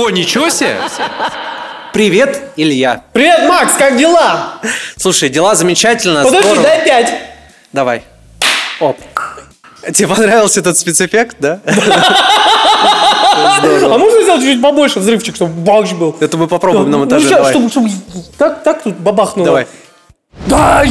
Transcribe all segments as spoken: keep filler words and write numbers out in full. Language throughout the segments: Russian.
О, ничего себе! Привет, Илья. Привет, Макс, как дела? Слушай, дела замечательно. Подожди, здорово. дай пять. Давай. Оп. Тебе понравился этот спецэффект, да? А можно сделать чуть побольше взрывчик, чтобы бахч был? Это мы попробуем на Ну, монтаже. сейчас, Давай. чтобы, чтобы так, так тут бабахнуло. Давай. Да!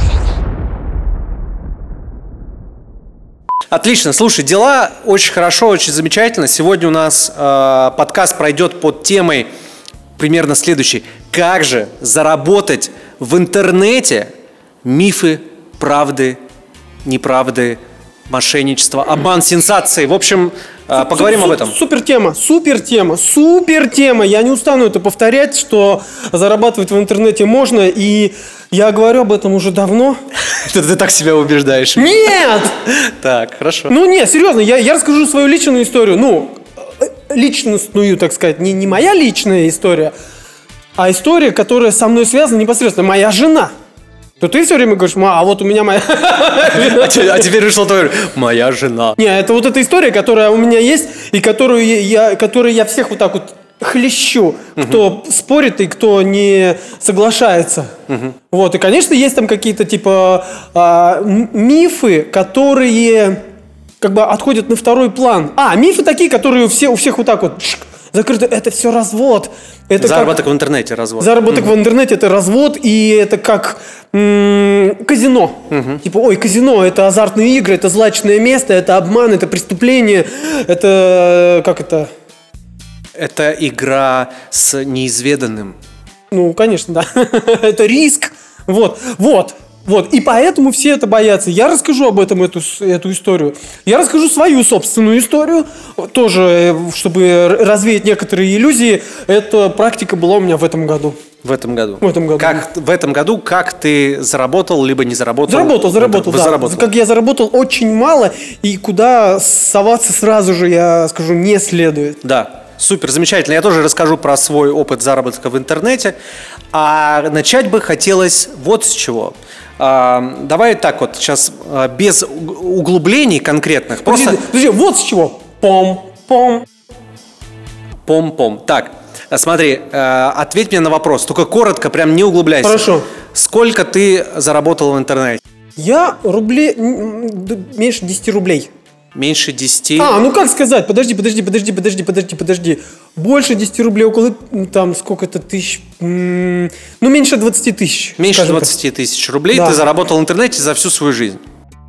Отлично. Слушай, дела очень хорошо, очень замечательно. Сегодня у нас э, подкаст пройдет под темой примерно следующей. Как же заработать в интернете мифы, правды, неправды, мошенничество, обман, сенсации. В общем, э, поговорим об этом. Супер тема, супер тема, супер тема. Я не устану это повторять, что зарабатывать в интернете можно, и я говорю об этом уже давно. Ты, ты так себя убеждаешь. Нет! Так, хорошо. Ну нет, серьезно, я, я расскажу свою личную историю. Ну, личностную, так сказать, не, не моя личная история, а история, которая со мной связана непосредственно. Моя жена. То ты все время говоришь, а вот у меня моя... А теперь решил твою... Моя жена. Не, это вот эта история, которая у меня есть, и которую я, которую я всех вот так вот хлещу, кто угу. спорит и кто не соглашается. Угу. Вот, и, конечно, есть там какие-то, типа, а, мифы, которые как бы отходят на второй план. А, мифы такие, которые все, у всех вот так вот закрыты. Это все развод. Это заработок как... в интернете развод. Заработок угу. в интернете – это развод, и это как м- казино. Угу. Типа, ой, казино – это азартные игры, это злачное место, это обман, это преступление, это… Как это… Это игра с неизведанным. Ну, конечно, да. Это риск. Вот, вот, вот. И поэтому все это боятся. Я расскажу об этом, эту, эту историю. Я расскажу свою собственную историю. Тоже, чтобы развеять некоторые иллюзии. Эта практика была у меня в этом году. В этом году? В этом году. Как, в этом году как ты заработал, либо не заработал? Заработал, заработал, Вы да. Заработал. Как я заработал очень мало, и куда соваться сразу же, я скажу, не следует. Да. Супер, замечательно. Я тоже расскажу про свой опыт заработка в интернете. А начать бы хотелось вот с чего. А, давай так вот, сейчас без углублений конкретных. Подожди, просто... подожди, вот с чего. Пом-пом. Пом-пом. Так, смотри, ответь мне на вопрос. Только коротко, прям не углубляйся. Хорошо. Сколько ты заработал в интернете? Я рублей... меньше десяти рублей. Меньше десяти. А, ну как сказать? Подожди, подожди, подожди, подожди, подожди, подожди. Больше десяти рублей, около, там, сколько-то тысяч... М- ну, меньше двадцати тысяч. Меньше двадцати тысяч рублей да. Ты заработал в интернете за всю свою жизнь.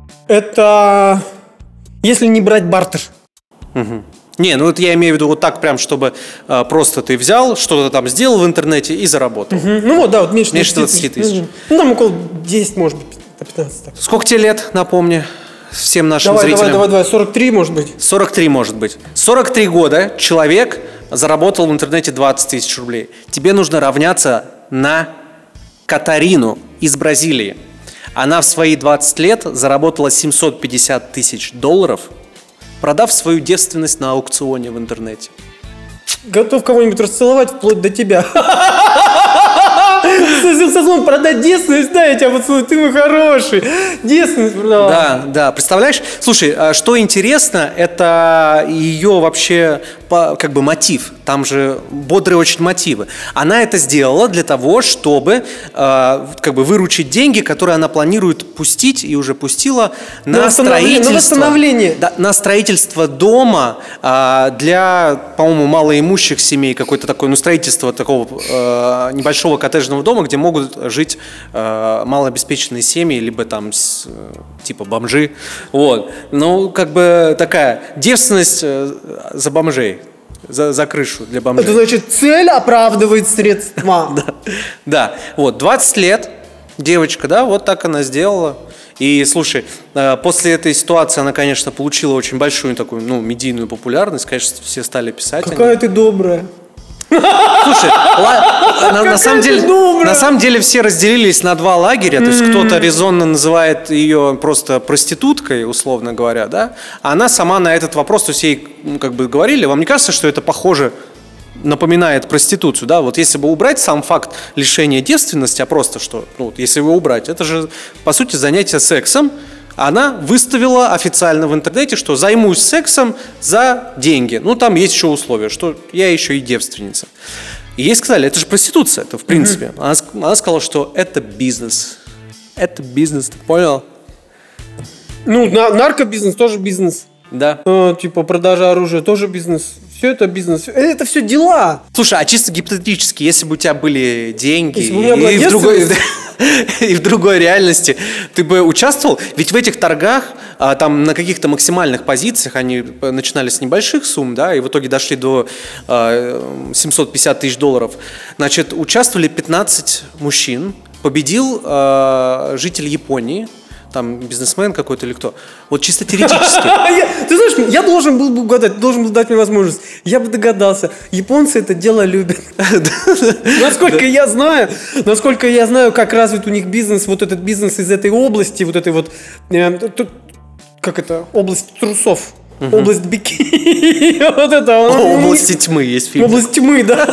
Это... Если не брать бартер. Угу. Не, ну это я имею в виду вот так прям, чтобы э, просто ты взял, что-то там сделал в интернете и заработал. Угу. Ну вот, да, вот меньше, меньше двадцати тысяч. Угу. Ну, там около десяти, может быть, пятнадцати. Так. Сколько тебе лет, напомни? Всем нашим давай, зрителям. Давай, давай, давай, сорок три, может быть. сорок три, может быть. сорок три года человек заработал в интернете двадцать тысяч рублей. Тебе нужно равняться на Катарину из Бразилии. Она в свои двадцать лет заработала семьсот пятьдесят тысяч долларов, продав свою девственность на аукционе в интернете. Готов кого-нибудь расцеловать вплоть до тебя. Созвон продать девственность, да, я тебя поцелую, ты мой хороший. Девственность продавал. Да, да, представляешь? Слушай, что интересно, это ее вообще как бы мотив. Там же бодрые очень мотивы. Она это сделала для того, чтобы как бы выручить деньги, которые она планирует пустить и уже пустила на, на строительство. На восстановление. Да, на строительство дома для, по-моему, малоимущих семей, какое-то такое, ну, строительство такого небольшого коттеджного дома, где могут жить э, малообеспеченные семьи, либо там с, э, типа бомжи. Вот. Ну, как бы такая девственность э, за бомжей, за, за крышу для бомжей. Это значит, цель оправдывает средства. Да, да. Вот, двадцать лет девочка, да, вот так она сделала. И, слушай, э, после этой ситуации она, конечно, получила очень большую такую, ну, медийную популярность. Конечно, все стали писать. Какая ты добрая. Слушай, ла- на, на, самом деле, на самом деле все разделились на два лагеря. То есть кто-то резонно называет ее просто проституткой, условно говоря, да? А она сама на этот вопрос, то есть ей, ну, как бы говорили, вам не кажется, что это похоже, напоминает проституцию, да? Вот если бы убрать сам факт лишения девственности, а просто что, ну, вот, если его убрать, это же, по сути, занятие сексом Она выставила официально в интернете, что займусь сексом за деньги. Ну, там есть еще условия, что я еще и девственница. И ей сказали, это же проституция, это в принципе. Она, она сказала, что это бизнес. Это бизнес, ты понял? Ну, на- наркобизнес тоже бизнес. Да. Э, типа продажа оружия тоже бизнес. Все это бизнес. Это все дела. Слушай, а чисто гипотетически, если бы у тебя были деньги Если бы у меня была и, в другой, девственность. и в другой реальности, ты бы участвовал? Ведь в этих торгах, а, там на каких-то максимальных позициях, они начинали с небольших сумм, да, и в итоге дошли до а, семьсот пятьдесят тысяч долларов. Значит, участвовали пятнадцать мужчин, победил а, житель Японии, там бизнесмен какой-то или кто. Вот чисто теоретически. Я- Ты знаешь, я должен был бы угадать, ты должен был дать мне возможность. Я бы догадался. Японцы это дело любят. Насколько я знаю, насколько я знаю, как развит у них бизнес, вот этот бизнес из этой области, вот этой вот, э, тут- как это, область трусов, область бикини, вот это. Области тьмы есть фильм. Область тьмы, да.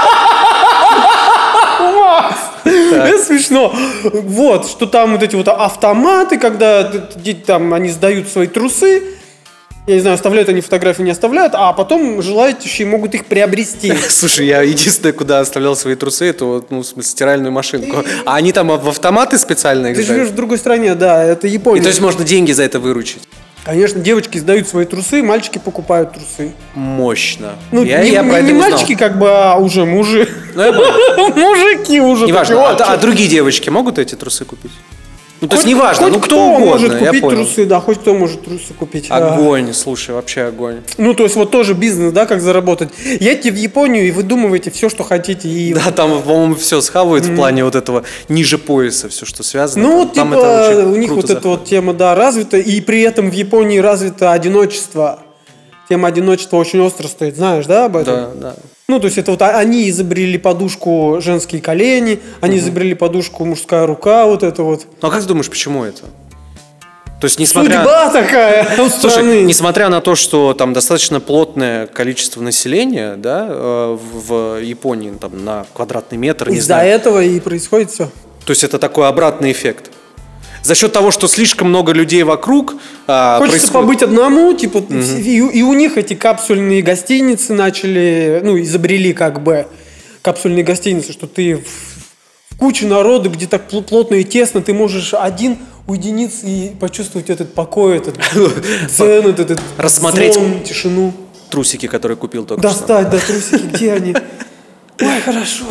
Это смешно. Вот, что там вот эти вот автоматы, когда дети там, они сдают свои трусы, я не знаю, оставляют они фотографии, не оставляют, а потом желающие могут их приобрести. Слушай, я единственное, куда оставлял свои трусы, это вот, ну, в смысле, стиральную машинку. А они там в автоматы специально их Ты сдают? живешь в другой стране, да, это И Япония. то есть можно деньги за это выручить? Конечно, девочки сдают свои трусы, мальчики покупают трусы. Мощно. Ну, я, не, я не- про это не не знал. мальчики, как бы, а уже мужи. Ну, я понял. Мужики уже. Неважно. такие, А, «Вот, а чё». другие девочки могут эти трусы купить? Ну, то есть Хоть- неважно, хоть ну кто угодно, может я купить понял. трусы, да, хоть кто может трусы купить. А. Огонь, слушай, вообще огонь. Ну, то есть вот тоже бизнес, да, как заработать. Едьте в Японию и выдумывайте все, что хотите. И... Да, там, по-моему, все схавают в плане вот этого ниже пояса, все, что связано. Ну, Там- вот, там типа, это очень у них круто вот эта заходит. вот тема, да, развита, и при этом в Японии развито одиночество. Тема одиночества очень остро стоит, знаешь, да, об этом? Да, да. Ну, то есть это вот а- они изобрели подушку женские колени, они изобрели подушку мужская рука, вот это вот. Ну, а как ты думаешь, почему это? То есть, несмотря... Судьба такая у Слушай, страны. несмотря на то, что там достаточно плотное количество населения, да, э, в в Японии там, на квадратный метр, не Из-за знаю. этого и происходит все. То есть это такой обратный эффект. За счет того, что слишком много людей вокруг, а, Хочется происходит- побыть одному, типа, и, и у них эти капсульные гостиницы начали, ну, изобрели как бы капсульные гостиницы, что ты в, в куче народу, где так пл- плотно и тесно, ты можешь один уединиться и почувствовать этот покой, этот дзен, этот, этот Рассмотреть. звон, тишину. трусики, которые купил только что. Достать, да, трусики, где они? Ой, хорошо.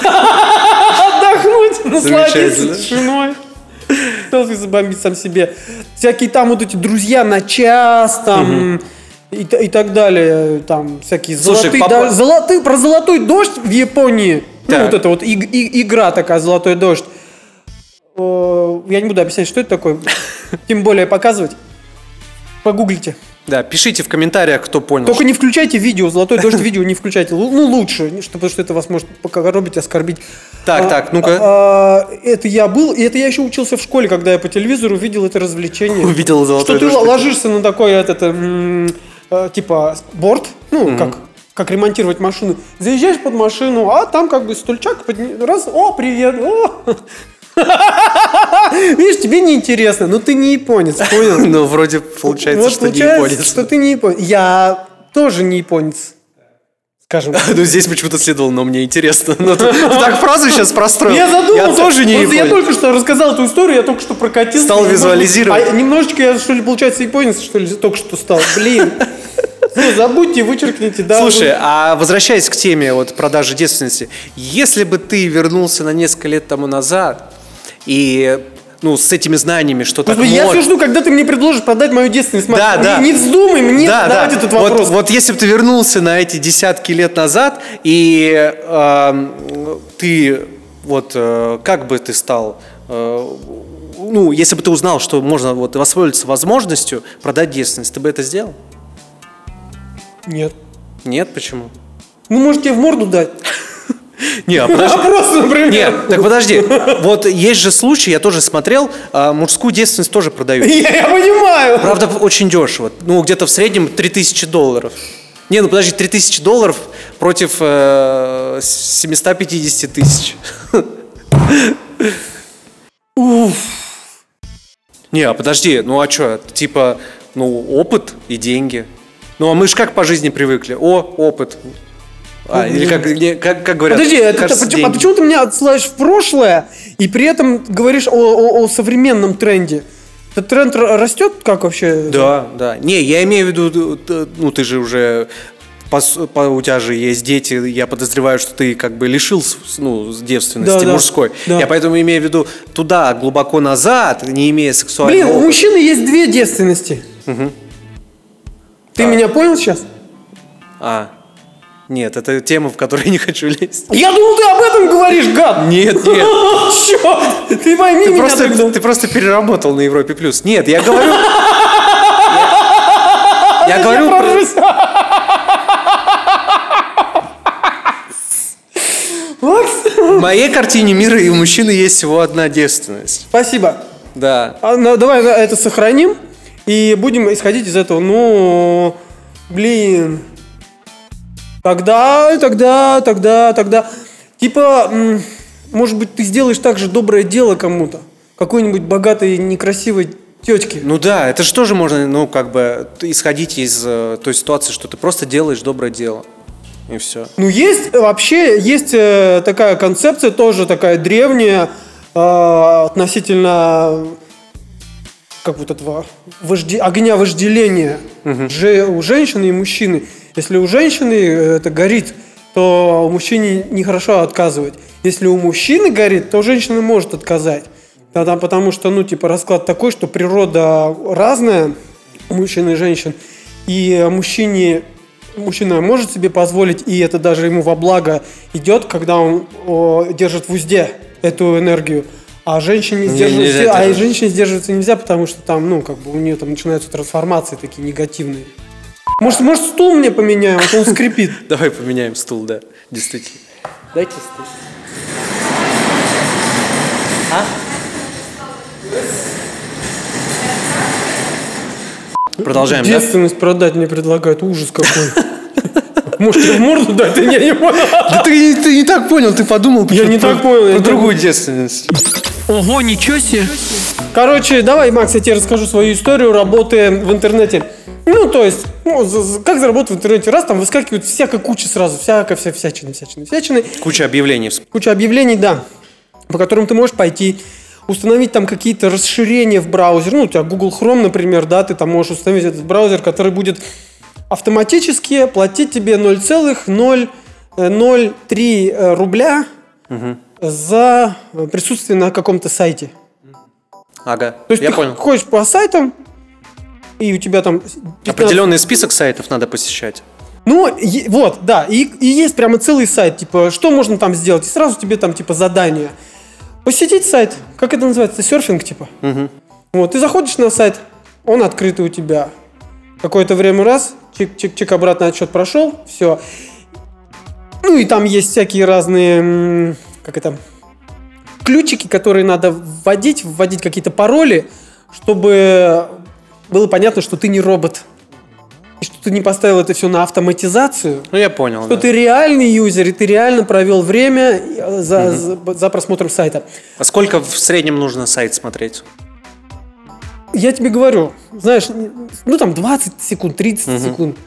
Отдохнуть, насладиться Замечательно. тишиной. Селфи забомбить сам себе. Всякие там вот эти друзья на час, там и, т- и так далее. Там всякие Слушай, золотые, папа- да, золотые, про золотой дождь в Японии. Ну, Так. вот это вот иг- и- игра такая, золотой дождь. О, Я не буду объяснять, что это такое. Тем более показывать. Погуглите. Да, пишите в комментариях, кто понял. Только не включайте видео, золотой дождь видео не включайте. Лу- Ну, лучше, что- потому что это вас может покоробить, оскорбить. Так, А, так, ну-ка. а, это я был, и это я еще учился в школе, когда я по телевизору видел это развлечение. Увидел золотой Что ты дождь. ложишься на такой, этот, м, э, типа, борт, ну, как, как ремонтировать машину. Заезжаешь под машину, а там как бы стульчак, подни- раз, о, привет, о. Видишь, тебе неинтересно, но ты не японец, понял? Ну, вроде получается, Вот что не получается, японец. что ты не японец. Я тоже не японец. Скажем. Ну, здесь почему-то следовало, но мне интересно. Ну, ты, ты так фразу сейчас простроил. Я задумался. Я тоже не Просто я японец. только что рассказал эту историю, я только что прокатился. Стал И, может быть, визуализировать. А немножечко я, что ли, получается, японец, что ли, только что стал. Блин. Ну, забудьте, вычеркните, да. Слушай, а возвращаясь к теме вот продажи девственности, если бы ты вернулся на несколько лет тому назад и ну с этими знаниями, что так Господи, я можно- все жду, когда ты мне предложишь продать мою девственность. Да, не, да. не вздумай мне Да, задавать да. этот Вот- вопрос. Вот, если бы ты вернулся на эти десятки лет назад, и эм, ты вот э, как бы ты стал, э, ну, если бы ты узнал, что можно вот воспользоваться возможностью продать девственность, ты бы это сделал? Нет. Нет, почему? Ну, может, тебе в морду дать? Не, а А подожди. просто, например. Нет, так подожди. Вот есть же случаи, я тоже смотрел, а, мужскую девственность тоже продают. Я, я понимаю. Правда, очень дешево. Ну, где-то в среднем три тысячи долларов. Не, ну подожди, три тысячи долларов против э, семьсот пятьдесят тысяч. Уф. Не, а подожди, ну а что, типа, ну, опыт и деньги. Ну, а мы же как по жизни привыкли? О, опыт. А, или как, не, как, как говорят, Подожди, это, кажется, почему, а деньги. почему ты меня отсылаешь в прошлое и при этом говоришь о, о, о современном тренде? Этот тренд р- растет как вообще? Да, да. Не, я имею в виду, т- ну, ты же уже... по с- по- у тебя же есть дети, я подозреваю, что ты как бы лишил с- ну, с девственности Да, да, мужской. да. Я поэтому имею в виду туда, глубоко назад, не имея сексуального Блин, у опыта. мужчины есть две девственности. Ты А. меня понял сейчас? А, нет, это тема, в которую я не хочу лезть. Я думал, ты об этом говоришь, гад! Нет, нет. Черт! Ты пойми Ты меня просто, тогда. ты просто переработал на Европе плюс. Нет, я говорю. Я говорю. про- прорвусь. Макс, В моей картине мира и у мужчины есть всего одна девственность. спасибо. Да. А, ну, давай на- это сохраним и будем исходить из этого. Ну, блин. Тогда, тогда, тогда, тогда. Типа, м, может быть, ты сделаешь так же доброе дело кому-то. Какой-нибудь богатой, некрасивой тетке. Ну да, это же тоже можно, ну, как бы, исходить из э, той ситуации, что ты просто делаешь доброе дело. И все. Ну, есть вообще, есть э, такая концепция, тоже такая древняя, э, относительно как вот этого вожде- огня вожделения же, у женщины и мужчины. Если у женщины это горит, то мужчине нехорошо отказывать. Если у мужчины горит, то женщина может отказать. Тогда потому что, ну, типа, расклад такой, что природа разная у мужчин и женщин. И мужчине, мужчина может себе позволить, и это даже ему во благо идет, когда он о, держит в узде эту энергию. А женщине Не- сдерживаться, нельзя а и держать. женщине сдерживаться нельзя, потому что там, ну, как бы у нее там начинаются трансформации такие негативные. Может, может стул мне поменяем, а то он скрипит. Давай поменяем стул, да, действительно. Дайте стул. А? Продолжаем, да? Девственность продать мне предлагают. Ужас какой. Может, тебе в морду дать? Я не понял. Да ты, ты не так понял, ты подумал Я не про- так понял, я про не другую девственность. Ого, ничего себе. Короче, давай, Макс, я тебе расскажу свою историю работы в интернете. Ну, то есть, ну, за- за- как заработать в интернете? Раз, там выскакивает всякая куча сразу, всякая, вся всячина, всячина, всячины. Куча объявлений. Куча объявлений, да, по которым ты можешь пойти, установить там какие-то расширения в браузере. Ну, у тебя Google Chrome, например, да, ты там можешь установить этот браузер, который будет автоматически платить тебе ноль целых ноль ноль три рубля за присутствие на каком-то сайте. Ага, То есть я ты понял. ходишь по сайтам, и у тебя там пятнадцать Определенный список сайтов надо посещать. Ну, е- вот, да, и, и есть прямо целый сайт, типа, что можно там сделать, и сразу тебе там, типа, задание. Посетить сайт, как это называется, серфинг, типа. Вот, ты заходишь на сайт, он открытый у тебя. Какое-то время раз, чик-чик-чик, обратный отсчет прошел, все. Ну, и там есть всякие разные, м, как это, ключики, которые надо вводить, вводить какие-то пароли, чтобы было понятно, что ты не робот. И что ты не поставил это все на автоматизацию. Ну, я понял. Что да. ты реальный юзер, и ты реально провел время э, за, за, за просмотром сайта. А сколько в среднем нужно сайт смотреть? Я тебе говорю, знаешь, ну там двадцать секунд, тридцать секунд.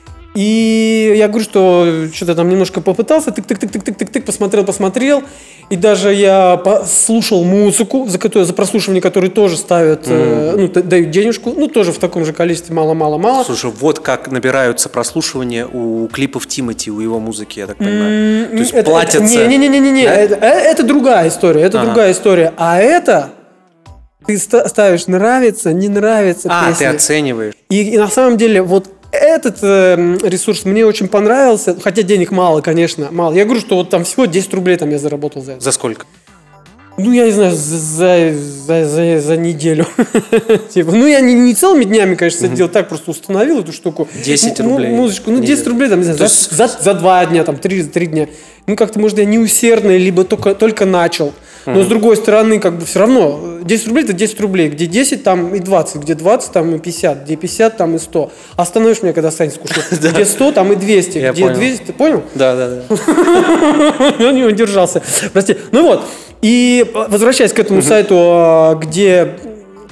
И я говорю, что что-то там немножко попытался, тык-тык-тык-тык-тык-тык, посмотрел, посмотрел. И даже я послушал музыку, за, которую, за прослушивание которой тоже ставят, э, ну, т- дают денежку, ну, тоже в таком же количестве, мало-мало-мало. Слушай, вот как набираются прослушивания у клипов Тимати, у его музыки, я так понимаю. То есть Это- платятся... это- Не-не-не-не, Да? это, э, это другая история, это Ага. другая история. А это ты ста- ставишь нравится, не нравится А, ты песня. оцениваешь. И, и на самом деле вот этот э, ресурс мне очень понравился, хотя денег мало, конечно, мало. Я говорю, что вот там всего десять рублей там я заработал за это. За сколько? Ну, я не знаю, за, за, за, за неделю. Типа, ну, я не, не целыми днями, конечно, сидел, так просто установил эту штуку. десять Ну, рублей. Музычку, ну, десять рублей, там, не знаю, То за, есть- за, за два дня, там, три, за три дня. Ну, как-то, может, я неусердный, либо только, только начал. Но, с другой стороны, как бы, все равно, десять рублей – это десять рублей. Где десять, там и двадцать. Где двадцать, там и пятьдесят. Где пятьдесят, там и сто. Остановишь меня, когда станет скучно. Где сто, там и двести. Я Где понял. двести, ты понял? Да, да, да. Я не удержался. Прости. Ну вот. И возвращаясь к этому сайту, а, где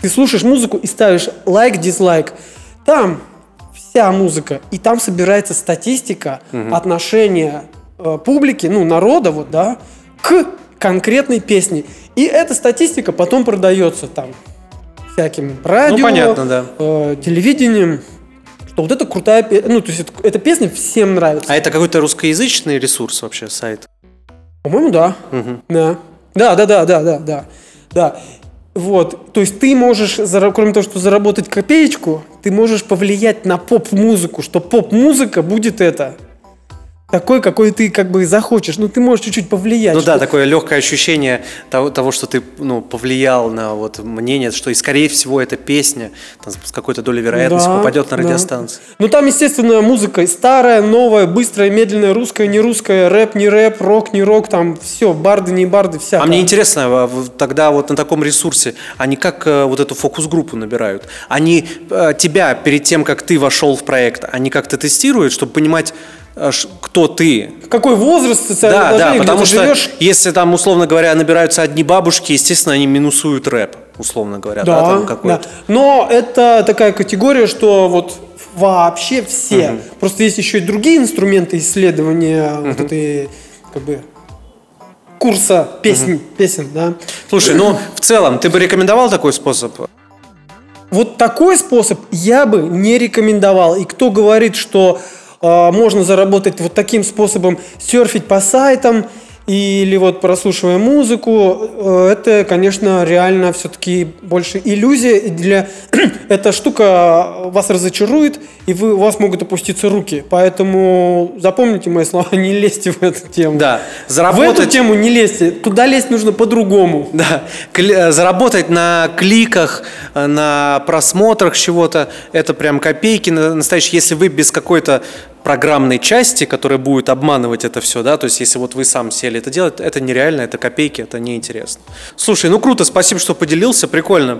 Ты слушаешь музыку и ставишь лайк, дизлайк. Там вся музыка, и там собирается статистика угу. отношения э, публики, ну, народа, вот, да, к конкретной песне. И эта статистика потом продается там всяким радио, ну, понятно, да. э, телевидением, что вот это крутая песня, ну, то есть это, эта песня всем нравится. А это какой-то русскоязычный ресурс вообще, сайт? По-моему, да. Угу. Да. Да, да, да, да, да, да. Да. Вот, то есть ты можешь, кроме того, что заработать копеечку, ты можешь повлиять на поп-музыку, что поп-музыка будет это такой, какой ты как бы захочешь. Ну, ты можешь чуть-чуть повлиять. Ну что... да, такое легкое ощущение того, того, что ты ну, повлиял на вот мнение, что и скорее всего эта песня там, с какой-то долей вероятности да, попадет на радиостанцию. Да. Ну там, естественно, музыка старая, новая, быстрая, медленная, русская, не русская, рэп, не рэп, рок, не рок, там все, барды, не барды, всякое. А мне интересно, тогда вот на таком ресурсе, они как вот эту фокус-группу набирают? Они тебя перед тем, как ты вошел в проект, они как-то тестируют, чтобы понимать, кто ты. Какой возраст, социальное да, положение, да, потому где ты что живешь. Если там, условно говоря, набираются одни бабушки, естественно, они минусуют рэп, условно говоря. Да, да, там какой-то. Да. Но это такая категория, что вот вообще все. Угу. Просто есть еще и другие инструменты исследования угу. вот этой как бы курса песен, угу. песен, да. Слушай, ну в целом, ты бы рекомендовал такой способ? Вот такой способ я бы не рекомендовал. И кто говорит, что можно заработать вот таким способом, серфить по сайтам или вот прослушивая музыку, это, конечно, реально все-таки больше иллюзия. И для... Эта штука вас разочарует, и вы, у вас могут опуститься руки. Поэтому запомните мои слова, не лезьте в эту тему. Да, заработать... В эту тему не лезьте, туда лезть нужно по-другому. Да, Кли... заработать на кликах, на просмотрах чего-то, это прям копейки настоящие, если вы без какой-то программной части, которая будет обманывать это все, да, то есть если вот вы сам сели это делать, это нереально, это копейки, это неинтересно. Слушай, ну круто, спасибо, что поделился, прикольно.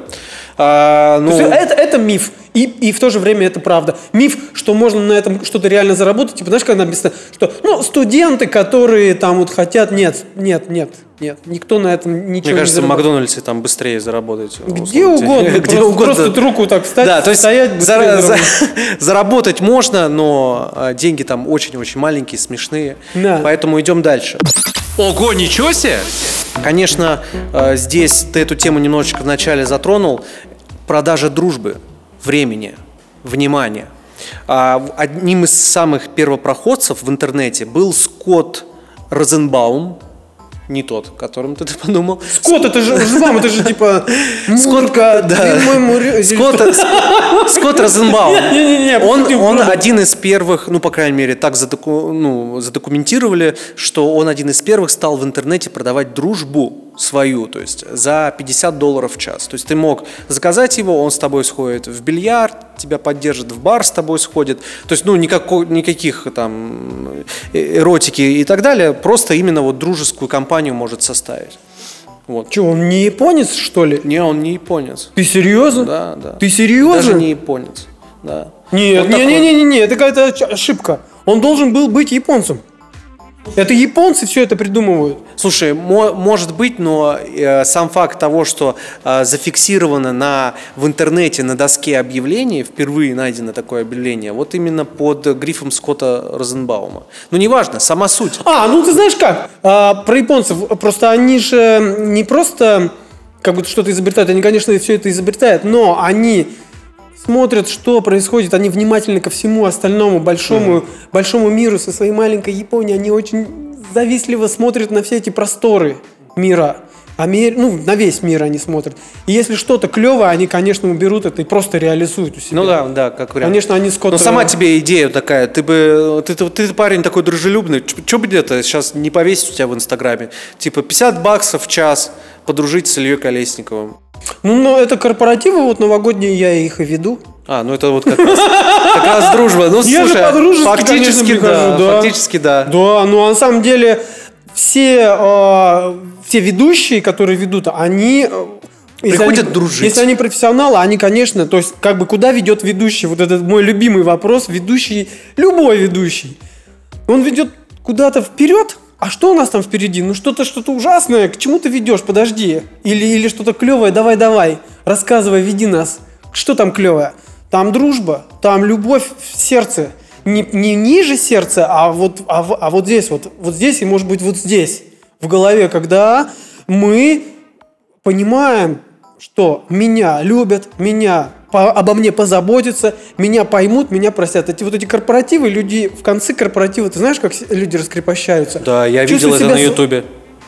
А, ну... это, это миф, и, и в то же время это правда. Миф, что можно на этом что-то реально заработать, типа, знаешь, когда написано, что, ну, студенты, которые там вот хотят, нет, нет, нет. Нет, никто на этом ничего не заработает. Мне кажется, в Макдональдсе там быстрее заработать. Где угодно, где просто, угодно. Просто руку так встать, да, то есть стоять, за, за, заработать можно, но деньги там очень-очень маленькие, смешные. Да. Поэтому идем дальше. Ого, ничего себе! Конечно, здесь ты эту тему немножечко вначале затронул. Продажа дружбы, времени, внимания. Одним из самых первопроходцев в интернете был Скотт Розенбаум. Не тот, которым ты подумал. Скотт, это же вам, это же типа Скотт, да. Скотт, Скотт Розенбаум. Он, он один из первых, ну, по крайней мере, так задоку, ну, задокументировали, что он один из первых стал в интернете продавать дружбу свою, то есть за пятьдесят долларов в час. То есть ты мог заказать его, он с тобой сходит в бильярд, тебя поддержит, в бар с тобой сходит. То есть, ну, никакой, никаких там эротики и так далее, просто именно вот дружескую компанию может составить. Вот. Че, он не японец, что ли? Не, он не японец. Ты серьезно? Да, да. Ты серьезно? Даже не японец, да. Нет, вот не, не, не, не, не, это какая-то ошибка. Он должен был быть японцем. Это японцы все это придумывают. Слушай, мо- может быть, но э, сам факт того, что э, зафиксировано на, в интернете на доске объявлений, впервые найдено такое объявление, вот именно под грифом Скотта Розенбаума. Ну, неважно, сама суть. А, ну ты знаешь как, а, про японцев, просто они же не просто как будто что-то изобретают, они, конечно, все это изобретают, но они... смотрят, что происходит, они внимательны ко всему остальному большому, mm-hmm. большому миру со своей маленькой Японией, они очень завистливо смотрят на все эти просторы мира, а мир, ну, на весь мир они смотрят. И если что-то клевое, они, конечно, уберут это и просто реализуют у себя. Ну да, да, как вариант. Конечно, они Скотта... Но сама тебе идея такая, ты бы, ты, ты, ты парень такой дружелюбный, что бы где-то сейчас не повесить у тебя в Инстаграме? Типа пятьдесят баксов в час подружить с Ильей Колесниковым. Ну, ну, это корпоративы вот новогодние, я их и веду. А, ну это вот как раз, как раз дружба. Ну, я слушай, же по-дружески, фактически, конечно, прихожу, да, да. фактически да. Да, ну а на самом деле все, э, все ведущие, которые ведут, они... Приходят они, дружить. Если они профессионалы, они, конечно, то есть как бы куда ведет ведущий? Вот это мой любимый вопрос. Ведущий, любой ведущий, он ведет куда-то вперед а что у нас там впереди? Ну что-то, что-то ужасное, к чему ты ведешь? Подожди. Или, или что-то клевое, давай-давай, рассказывай, веди нас. Что там клевое? Там дружба, там любовь в сердце. Не, не ниже сердца, а вот, а, а вот здесь, вот, вот здесь и, может быть, вот здесь, в голове, когда мы понимаем, что меня любят, меня по, обо мне позаботятся, меня поймут, меня простят. Эти вот эти корпоративы, люди в конце корпоратива, ты знаешь, как люди раскрепощаются? Да, я видел это на Ютубе.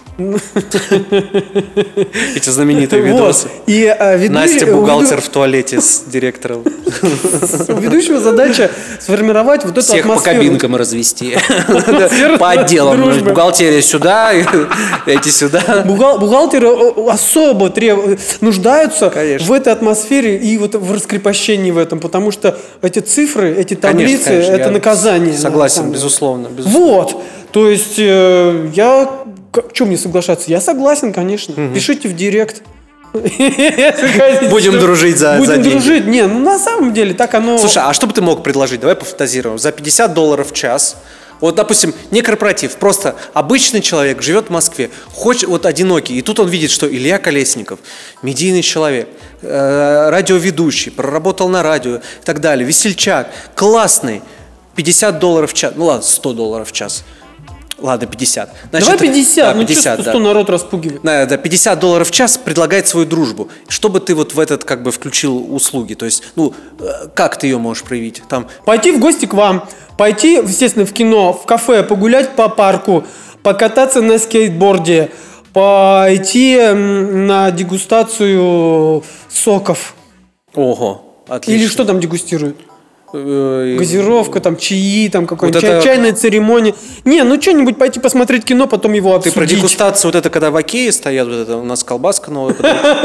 Эти знаменитые видосы. И, а, ведущий, Настя бухгалтер в туалете с директором. У ведущего задача сформировать вот эту Всех атмосферу. по кабинкам развести. По отделам. Бухгалтерия сюда, эти сюда. Бухгалтеры особо нуждаются в этой атмосфере и вот в раскрепощении в этом, потому что эти цифры, эти таблицы, это наказание. Согласен, безусловно. Вот. То есть э, я... Чем мне соглашаться? Я согласен, конечно. Угу. Пишите в директ. Будем дружить за деньги. Будем дружить. Не, ну на самом деле так оно... Слушай, а что бы ты мог предложить? Давай пофантазируем. За пятьдесят долларов в час. Вот, допустим, не корпоратив, просто обычный человек живет в Москве, хочет, вот одинокий, и тут он видит, что Илья Колесников, медийный человек, э, радиоведущий, проработал на радио и так далее, весельчак, классный, пятьдесят долларов в час, ну ладно, сто долларов в час. Ладно, пятьдесят. Значит, давай пятьдесят, да, ну пятьдесят, что, да. сто народ распугивает. Да, да, пятьдесят долларов в час предлагает свою дружбу. Чтобы ты вот в этот как бы включил услуги, то есть, ну, как ты ее можешь проявить? Там... Пойти в гости к вам, пойти, естественно, в кино, в кафе, погулять по парку, покататься на скейтборде, пойти на дегустацию соков. Ого, отлично. Или что там дегустируют? Газировка, там, чаи, там, какая-нибудь вот чай, это... чайная церемония. Не, ну что-нибудь пойти посмотреть кино, потом его обсудить. Ты про дегустацию, вот это, когда в Окее стоят, вот это у нас колбаска новая.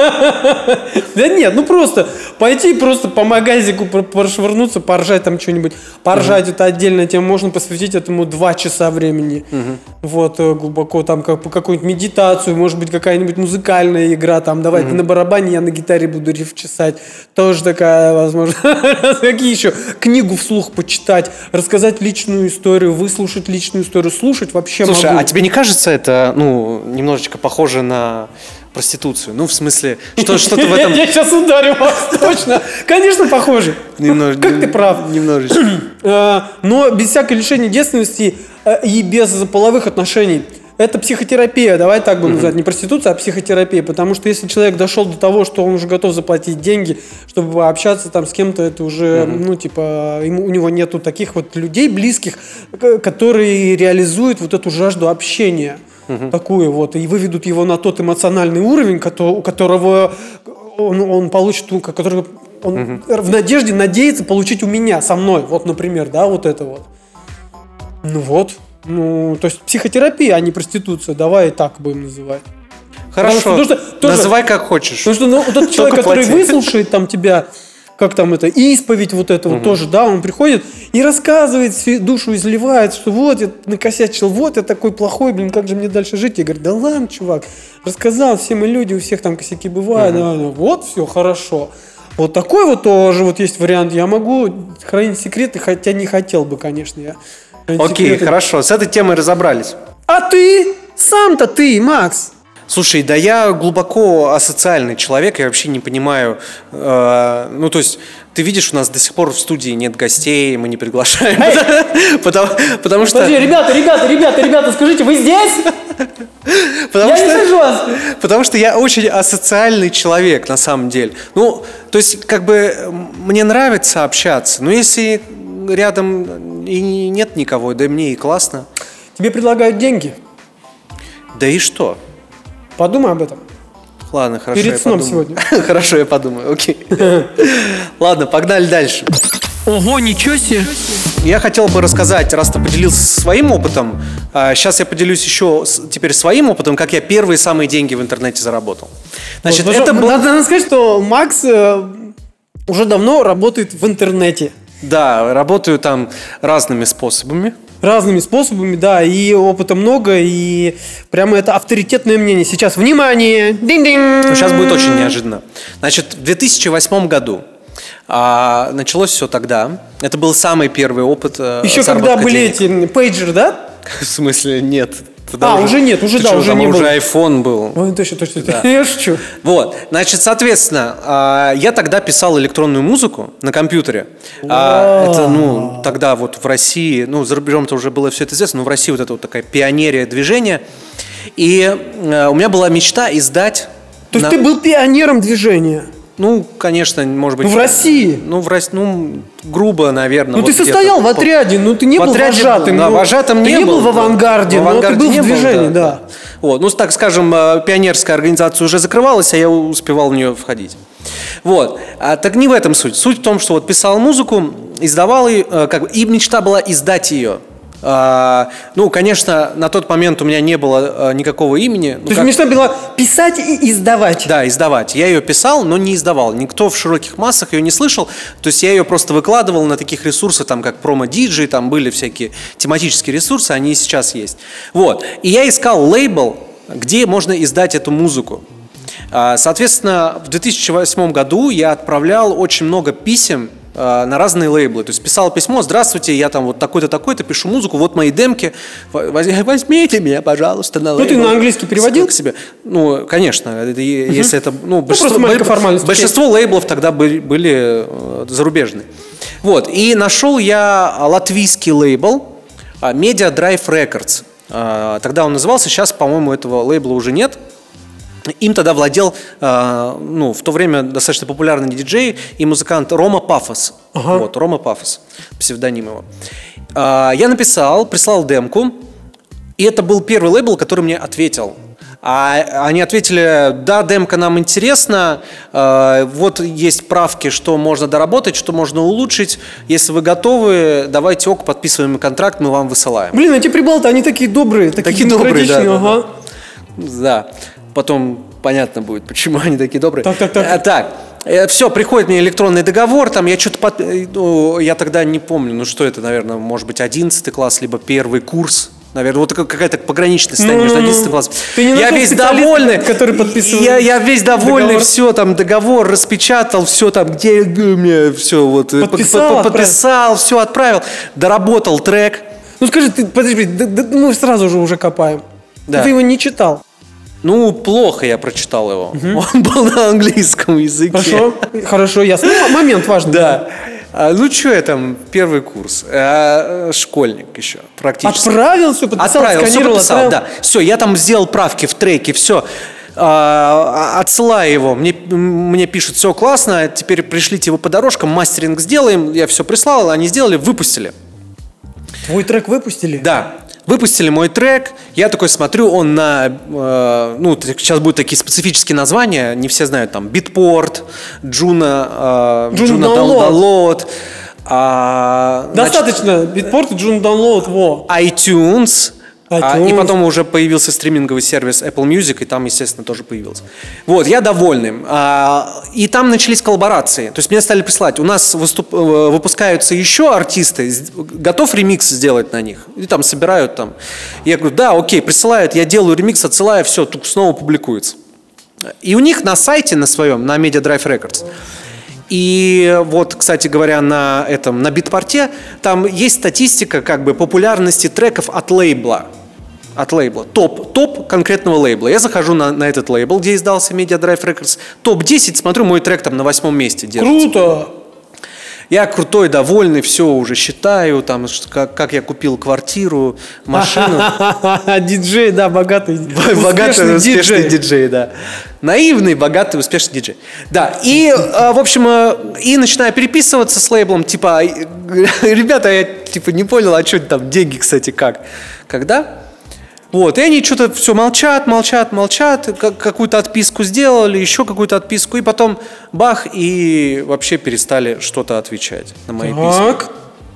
Да нет, ну просто пойти просто по магазику прошвырнуться, поржать там что-нибудь. Поржать это отдельная тема, можно посвятить этому два часа времени. Вот, глубоко там по какую-нибудь медитацию, может быть, какая-нибудь музыкальная игра, там, давай ты на барабане, я на гитаре буду риф чесать. Тоже такая, возможно. Какие еще? Книгу вслух почитать, рассказать личную историю, выслушать личную историю, слушать вообще могу. Слушай, а тебе не кажется это, ну, немножечко похоже на проституцию? Ну, в смысле, что, что-то в этом... Я сейчас ударю вас, точно. Конечно, похоже. Немнож... Как ты прав. Немножечко. Но без всякой лишения девственности и без половых отношений. Это психотерапия, давай так будем называть, не проституция, а психотерапия, потому что если человек дошел до того, что он уже готов заплатить деньги, чтобы общаться там с кем-то, это уже, uh-huh. ну, типа, ему, у него нету таких вот людей близких, которые реализуют вот эту жажду общения, uh-huh. такую вот, и выведут его на тот эмоциональный уровень, у которого он, он получит, который он uh-huh. в надежде надеется получить у меня, со мной, вот, например, да, вот это вот. Ну вот. Ну, то есть психотерапия, а не проституция. Давай так будем называть. Хорошо, потому что, потому что, называй как хочешь. Потому что ну, тот человек, который выслушает там тебя, как там это, исповедь вот это вот тоже, да, он приходит и рассказывает, душу изливает, что вот я накосячил, вот я такой плохой, блин, как же мне дальше жить? Я говорю, да ладно, чувак, рассказал, все мы люди, у всех там косяки бывают, да, да, вот все, хорошо. Вот такой вот тоже вот есть вариант. Я могу хранить секреты, хотя не хотел бы, конечно, я. Окей, okay, хорошо, с этой темой разобрались. А ты? Сам-то ты, Макс. Слушай, да я глубоко асоциальный человек, я вообще не понимаю, э, ну то есть ты видишь, у нас до сих пор в студии нет гостей, мы не приглашаем, потому что... Подожди, ребята, ребята, ребята, ребята, скажите, вы здесь? Я не слышу вас. Потому что я очень асоциальный человек на самом деле. Ну, то есть как бы мне нравится общаться, но если рядом и нет никого, да и мне и классно. Тебе предлагают деньги. Да и что? Подумай об этом. Ладно, хорошо. Перед сном сегодня. Хорошо, я подумаю, окей. Ладно, погнали дальше. Ого, ничего себе. Я хотел бы рассказать, раз ты поделился своим опытом, сейчас я поделюсь еще теперь своим опытом, как я первые самые деньги в интернете заработал. Значит, вот, это был... Надо сказать, что Макс уже давно работает в интернете. Да, работаю там разными способами. Разными способами, да, и опыта много, и прямо это авторитетное мнение. Сейчас, внимание! Динь-динь! Сейчас будет очень неожиданно. Значит, в две тысячи восьмом году а, началось все тогда. Это был самый первый опыт. Еще когда были денег. эти пейджеры, да? В смысле, нет. А, уже нет, уже, Ты да, что, уже там не уже было. iPhone был. Ой, точно, точно. Да. Я шучу. Вот, значит, соответственно, а, я тогда писал электронную музыку на компьютере. А, Это, ну, тогда вот в России, ну, за рубежом-то уже было все это известно, но в России вот это вот такая пионерия движения. И а, у меня была мечта издать... То есть на- ты был пионером движения? Ну, конечно, может быть... Ну, в России? Ну, в России, ну, грубо, наверное. Ну, вот ты состоял где-то. в отряде, ну, ты не В был отряде вожатым. был, да, ну, вожатым ты не не был. был в авангарде, В но ты авангарде был не в был, движении, да. Вот, ну, так скажем, э, пионерская организация уже закрывалась, а я успевал в нее входить. Вот. А, так не в этом суть. Суть в том, что вот писал музыку, издавал ее, э, как бы, и мечта была издать ее. А, ну, конечно, на тот момент у меня не было э, никакого имени. Ну, То есть как- мечта была писать и издавать. Да, издавать. Я ее писал, но не издавал. Никто в широких массах ее не слышал. То есть я ее просто выкладывал на таких ресурсах, там, как промо-диджей, там были всякие тематические ресурсы, они и сейчас есть. Вот. И я искал лейбл, где можно издать эту музыку. А, Соответственно, в две тысячи восьмом году я отправлял очень много писем а, на разные лейблы. То есть писал письмо: здравствуйте, я там вот такой-то, такой-то, пишу музыку, вот мои демки, Воз- возьмите меня, пожалуйста, на Ну, лейбл. ты на английский переводил? К себе. Ну, конечно, это е- если это... Ну, просто маленькая формальность. большинство лейблов тогда были, были э, зарубежные. Вот, и нашел я латвийский лейбл а, Media Drive Records. А, Тогда он назывался, сейчас, по-моему, этого лейбла уже нет. Им тогда владел, э, ну, в то время достаточно популярный диджей и музыкант Рома Пафос. Ага. Вот, Рома Пафос, псевдоним его. А, я написал, прислал демку, и это был первый лейбл, который мне ответил. А они ответили: да, демка нам интересна, э, вот есть правки, что можно доработать, что можно улучшить. Если вы готовы, давайте ок, подписываем контракт, мы вам высылаем. Блин, эти прибалты, они такие добрые, такие, Такие добрые, да, демократичные, да, ага. Да, потом понятно будет, почему они такие добрые. Так, так, так. А, так, все, приходит мне электронный договор, там я что-то, под... ну, я тогда не помню, ну что это, наверное, может быть одиннадцатый класс, либо первый курс. Наверное, вот какая-то пограничная состояние между одиннадцатым классом. Ты не Я нашел весь специалиста, довольный, который подписывал я, я весь довольный, договор? все там договор распечатал, все там, где мне все вот э, Подписал, под- под- подписал, все отправил, доработал трек. Ну скажи, ты, подожди, да- да мы сразу же уже копаем. Да. Ты его не читал. Ну, плохо я прочитал его. Он был на английском языке. Хорошо, хорошо, ясно. Ну, момент важный. Да. А, ну, что я там, первый курс. А, школьник еще, практически. Отправил все, подписал, Отправил, все сканировал, подписал, отправил. да. Все, я там сделал правки в треке, все. А, отсылаю его, мне, мне пишут: все классно, теперь пришлите его по дорожкам, мастеринг сделаем. Я все прислал, они сделали, выпустили. Твой трек выпустили? Да. Выпустили мой трек, я такой смотрю, он на, э, ну, сейчас будут такие специфические названия, не все знают, там, Beatport, Juno, э, Juno Juno Download. Download, а, значит, Достаточно. Битпорт и Джун Download, во. iTunes, а, и iTunes. потом уже появился стриминговый сервис Apple Music, и там, естественно, тоже появился. Вот, я довольный. А, и там начались коллаборации. То есть мне стали присылать: у нас выступ, э, выпускаются еще артисты, с- готов ремикс сделать на них? И там собирают там. Я говорю: да, окей, присылают, я делаю ремикс, отсылаю, все, тут снова публикуется. И у них на сайте, на своем, на Media Drive Records, и вот, кстати говоря, на этом, на битпорте, там есть статистика как бы популярности треков от лейбла. От лейбла. Топ, топ конкретного лейбла. Я захожу на, на этот лейбл, где издался Media Drive Records. топ десять, смотрю, мой трек там на восьмом месте держится. Круто. Я крутой, довольный, все уже считаю, там, что- как, как я купил квартиру, машину. Диджей, да, богатый. Богатый, успешный диджей, да. Наивный, богатый, успешный диджей. Да, и, э, в общем, э, и начинаю переписываться с лейблом, типа: э, ребята, я, типа, не понял, а что там, деньги, кстати, как? Когда? Вот, и они что-то все молчат, молчат, молчат, как- какую-то отписку сделали, еще какую-то отписку, и потом бах, и вообще перестали что-то отвечать на мои письма. Так.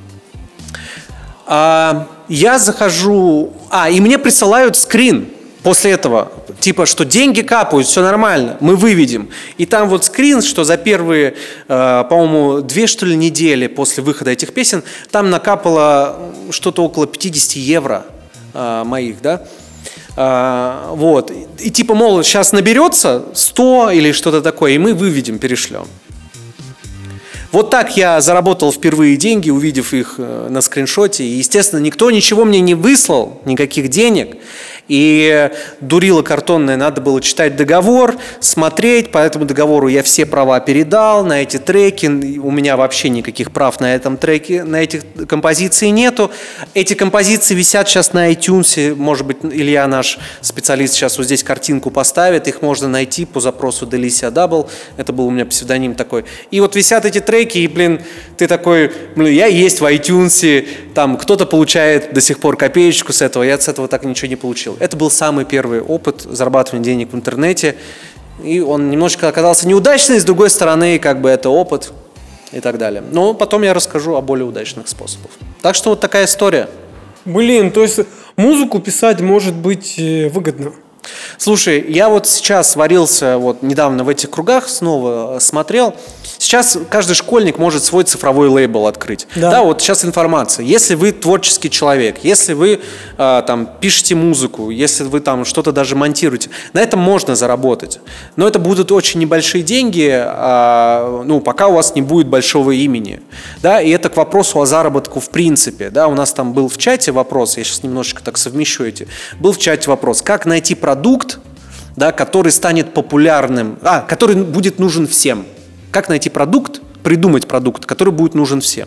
А, я захожу... А, и мне присылают скрин после этого. Типа, что деньги капают, все нормально, мы выведем. И там вот скрин, что за первые, э, по-моему, две, что ли, недели после выхода этих песен, там накапало что-то около пятьдесят евро э, моих, да. А, вот. И, и типа, мол, сейчас наберется сто или что-то такое, и мы выведем, перешлем. Вот так я заработал впервые деньги, увидев их э, на скриншоте. И, естественно, никто ничего мне не выслал, никаких денег. И дурило картонное, надо было читать договор, смотреть, по этому договору я все права передал на эти треки, у меня вообще никаких прав на этом треке, на этих композиции нету. Эти композиции висят сейчас на iTunes, может быть, Илья, наш специалист, сейчас вот здесь картинку поставит, их можно найти по запросу Delicia Double, это был у меня псевдоним такой. И вот висят эти треки, и, блин, ты такой, блин, я есть в iTunes, там кто-то получает до сих пор копеечку с этого, я с этого так ничего не получил. Это был самый первый опыт зарабатывания денег в интернете, и он немножко оказался неудачный, с другой стороны, как бы это опыт и так далее. Но потом я расскажу о более удачных способах. Так что вот такая история. Блин, то есть музыку писать может быть выгодно. Слушай, я вот сейчас варился, вот недавно в этих кругах снова смотрел. Сейчас каждый школьник может свой цифровой лейбл открыть. Да, да вот сейчас информация. Если вы творческий человек, если вы э, там пишете музыку, если вы там что-то даже монтируете, на этом можно заработать. Но это будут очень небольшие деньги, э, ну, пока у вас не будет большого имени. Да, и это к вопросу о заработку в принципе. Да, у нас там был в чате вопрос, я сейчас немножечко так совмещу эти. Был в чате вопрос, как найти продукт, да, который станет популярным, а, который будет нужен всем. Как найти продукт, придумать продукт, который будет нужен всем?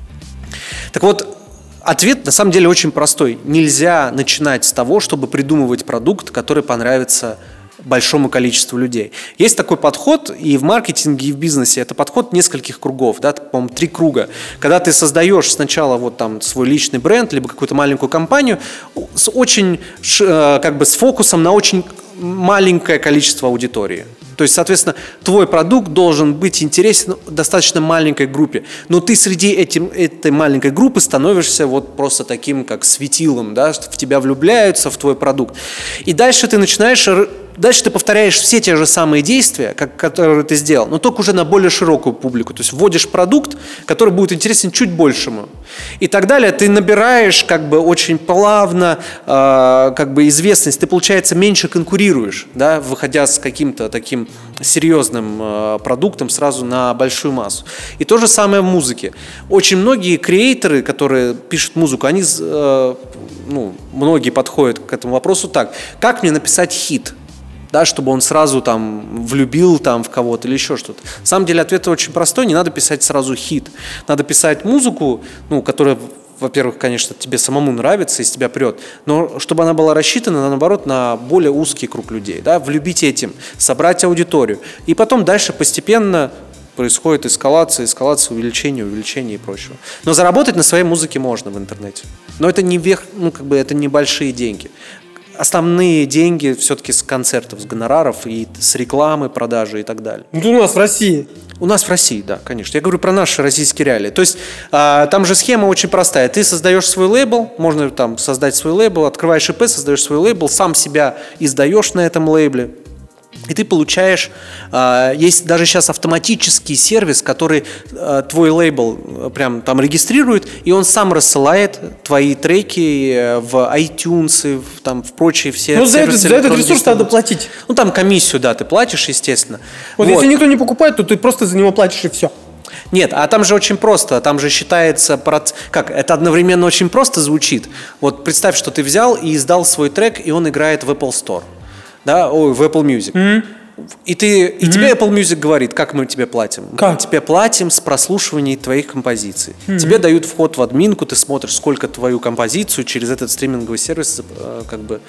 Так вот, ответ на самом деле очень простой. Нельзя начинать с того, чтобы придумывать продукт, который понравится большому количеству людей. Есть такой подход и в маркетинге, и в бизнесе. Это подход нескольких кругов, да, по-моему, три круга. Когда ты создаешь сначала вот там свой личный бренд, либо какую-то маленькую компанию с очень, как бы с фокусом на очень маленькое количество аудитории. То есть, соответственно, твой продукт должен быть интересен достаточно маленькой группе. Но ты среди этим, этой маленькой группы становишься вот просто таким, как светилом, да, в тебя влюбляются, в твой продукт. И дальше ты начинаешь, дальше ты повторяешь все те же самые действия, как, которые ты сделал, но только уже на более широкую публику. То есть вводишь продукт, который будет интересен чуть большему. И так далее. Ты набираешь как бы очень плавно э, как бы известность. Ты, получается, меньше конкурируешь, да, выходя с каким-то таким серьезным э, продуктом сразу на большую массу. И то же самое в музыке. Очень многие креаторы, которые пишут музыку, они, э, ну, многие подходят к этому вопросу так. Как мне написать хит? Да, чтобы он сразу там влюбил там, в кого-то или еще что-то. На самом деле ответ очень простой. Не надо писать сразу хит. Надо писать музыку, ну, которая... Во-первых, конечно, тебе самому нравится, из тебя прет, но чтобы она была рассчитана, наоборот, на более узкий круг людей, да, влюбить этим, собрать аудиторию. И потом дальше постепенно происходит эскалация, эскалация, увеличение, увеличение и прочего. Но заработать на своей музыке можно в интернете. Но это не верх, ну, как бы это небольшие деньги. Основные деньги все-таки с концертов, с гонораров и с рекламы, продажи и так далее. Ну, у нас в России. У нас в России, да, конечно. Я говорю про наши российские реалии. То есть а, там же схема очень простая. Ты создаешь свой лейбл, можно там создать свой лейбл, открываешь ИП, создаешь свой лейбл, сам себя издаешь на этом лейбле. И ты получаешь, э, есть даже сейчас автоматический сервис, который э, твой лейбл прям там регистрирует, и он сам рассылает твои треки в iTunes, в, там, в прочие все сервисы. Ну, за этот, этот ресурс надо платить. Ну, там комиссию, да, ты платишь, естественно. Вот, вот если никто не покупает, то ты просто за него платишь и все. Нет, а там же очень просто, там же считается, как, это одновременно очень просто звучит. Вот представь, что ты взял и издал свой трек, и он играет в Apple Store. Да, ой, в Apple Music. Mm-hmm. И, ты, и mm-hmm. тебе Apple Music говорит, как мы тебе платим. Как? Мы тебе платим с прослушивания твоих композиций. Mm-hmm. Тебе дают вход в админку, ты смотришь, сколько твою композицию через этот стриминговый сервис э, как бы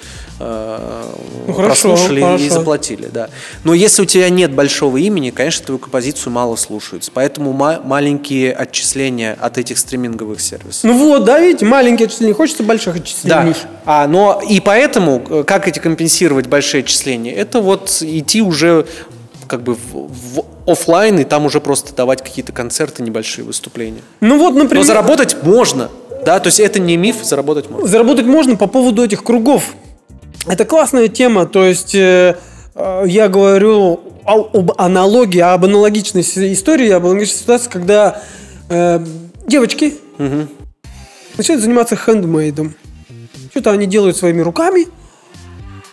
э, ну, прослушали хорошо, и хорошо. заплатили. Да. Но если у тебя нет большого имени, конечно, твою композицию мало слушаются. Поэтому ма- маленькие отчисления от этих стриминговых сервисов. Ну вот, да, видите, маленькие отчисления, хочется больших отчислений. Да. А, но и поэтому, как эти компенсировать большие отчисления, это вот идти уже уже как бы в, в офлайн, и там уже просто давать какие-то концерты, небольшие выступления. Ну вот, например... Но заработать можно, да, то есть это не миф, заработать можно. Заработать можно по поводу этих кругов. Это классная тема, то есть э, э, я говорю о, об аналогии, об аналогичной истории, об аналогичной ситуации, когда э, девочки угу. начинают заниматься хендмейдом. Что-то они делают своими руками,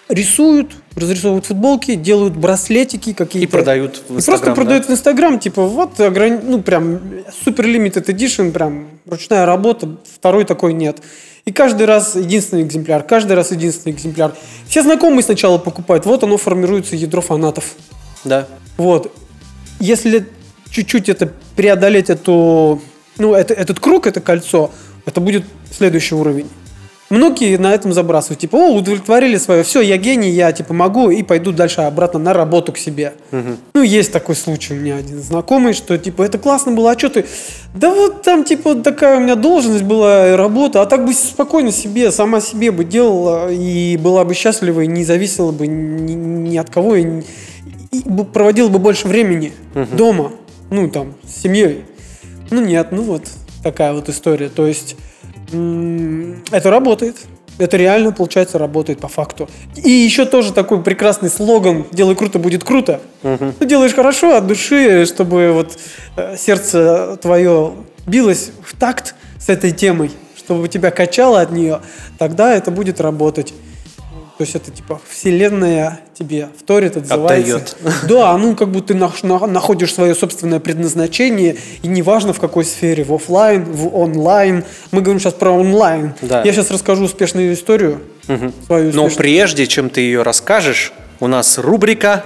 рисуют, разрисовывают футболки, делают браслетики какие-то. И продают в И Инстаграм, просто продают да? в Инстаграм, типа, вот, ограни... ну, прям, супер limited edition, прям, ручная работа, второй такой нет. И каждый раз единственный экземпляр, каждый раз единственный экземпляр. Все знакомые сначала покупают, вот оно формируется ядро фанатов. Да. Вот. Если чуть-чуть это преодолеть, эту, ну, это, этот круг, это кольцо, это будет следующий уровень. Многие на этом забрасывают. Типа, о, удовлетворили свое, все, я гений, я типа могу, и пойду дальше обратно на работу к себе. Угу. Ну, есть такой случай у меня один знакомый, что типа, это классно было, а что ты? Да вот там типа такая у меня должность была, работа, а так бы спокойно себе, сама себе бы делала, и была бы счастлива, и не зависела бы ни, ни от кого, и, и проводила бы больше времени угу. дома, ну там, с семьей. Ну нет, ну вот такая вот история. То есть это работает. Это реально, получается, работает по факту. И еще тоже такой прекрасный слоган «Делай круто, будет круто». Uh-huh. Ты делаешь хорошо от души, чтобы вот сердце твое билось в такт с этой темой, чтобы тебя качало от нее, тогда это будет работать. То есть это типа вселенная тебе вторит, отзывается. Отдает. Да, ну как будто ты на, на, находишь свое собственное предназначение, и неважно в какой сфере, в офлайн, в онлайн. Мы говорим сейчас про онлайн. Да. Я сейчас расскажу успешную историю. Угу. Свою успешную. Но прежде чем ты ее расскажешь, у нас рубрика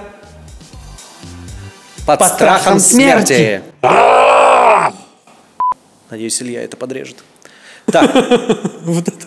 «Под, Под страхом, страхом смерти». смерти. Надеюсь, Илья это подрежет. Так. Вот это.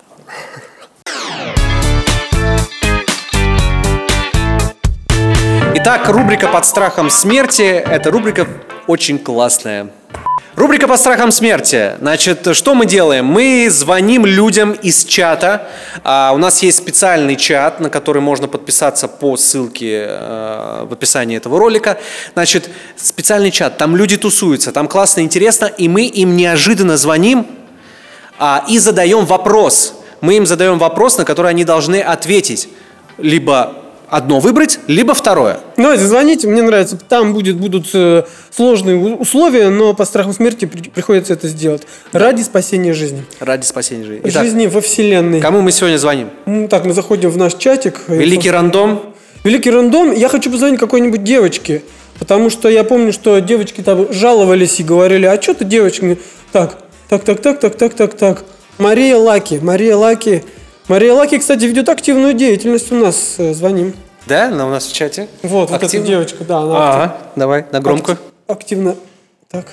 Итак, рубрика «Под страхом смерти» – это рубрика очень классная. Рубрика «Под страхом смерти». Значит, что мы делаем? Мы звоним людям из чата. А, у нас есть специальный чат, на который можно подписаться по ссылке а, в описании этого ролика. Значит, специальный чат, там люди тусуются, там классно, интересно, и мы им неожиданно звоним а, и задаем вопрос. Мы им задаем вопрос, на который они должны ответить. Либо одно выбрать, либо второе. Давайте звоните, мне нравится. Там будет, будут э, сложные условия, но по страхам смерти при, приходится это сделать. Да. Ради спасения жизни. Ради спасения жизни. Итак, жизни во Вселенной. Кому мы сегодня звоним? Ну, так, мы заходим в наш чатик. Великий рандом. Великий рандом. Я хочу позвонить какой-нибудь девочке, потому что я помню, что девочки там жаловались и говорили, а что ты, девочка? Так, так, так, так, так, так, так, так. Мария Лаки. Мария Лаки. Мария Лаки, кстати, ведет активную деятельность у нас. Звоним. Да? Она у нас в чате? Вот, вот эта девочка, да. Она ага, актив... давай, на громкую. Активно. Так.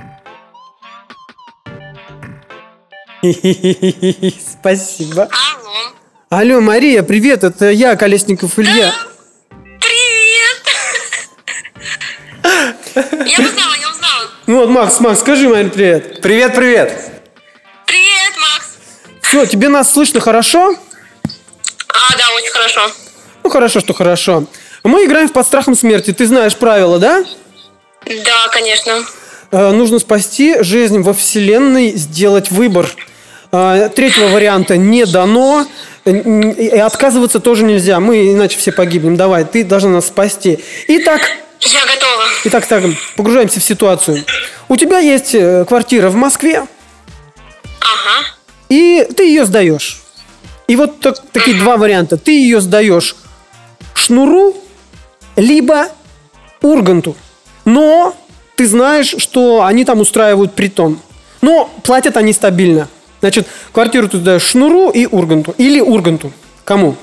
Спасибо. Алло. Алло, Мария, привет, это я, Колесников Илья. Привет. Я узнала, я узнала. Ну вот, Макс, Макс, скажи, Мария, привет. Привет, привет. Все, тебе нас слышно хорошо? А, да, очень хорошо. Ну, хорошо, что хорошо. Мы играем в «Под страхом смерти». Ты знаешь правила, да? Да, конечно. Э, нужно спасти жизнь во Вселенной, сделать выбор. Э, третьего варианта не дано. И отказываться тоже нельзя. Мы иначе все погибнем. Давай, ты должна нас спасти. Итак... Я готова. Итак, так, погружаемся в ситуацию. У тебя есть квартира в Москве. Ага. И ты ее сдаешь. И вот так, такие два варианта. Ты ее сдаешь Шнуру, либо Урганту. Но ты знаешь, что они там устраивают притон. Но платят они стабильно. Значит, квартиру ты сдаешь Шнуру и Урганту. Или Урганту. Кому?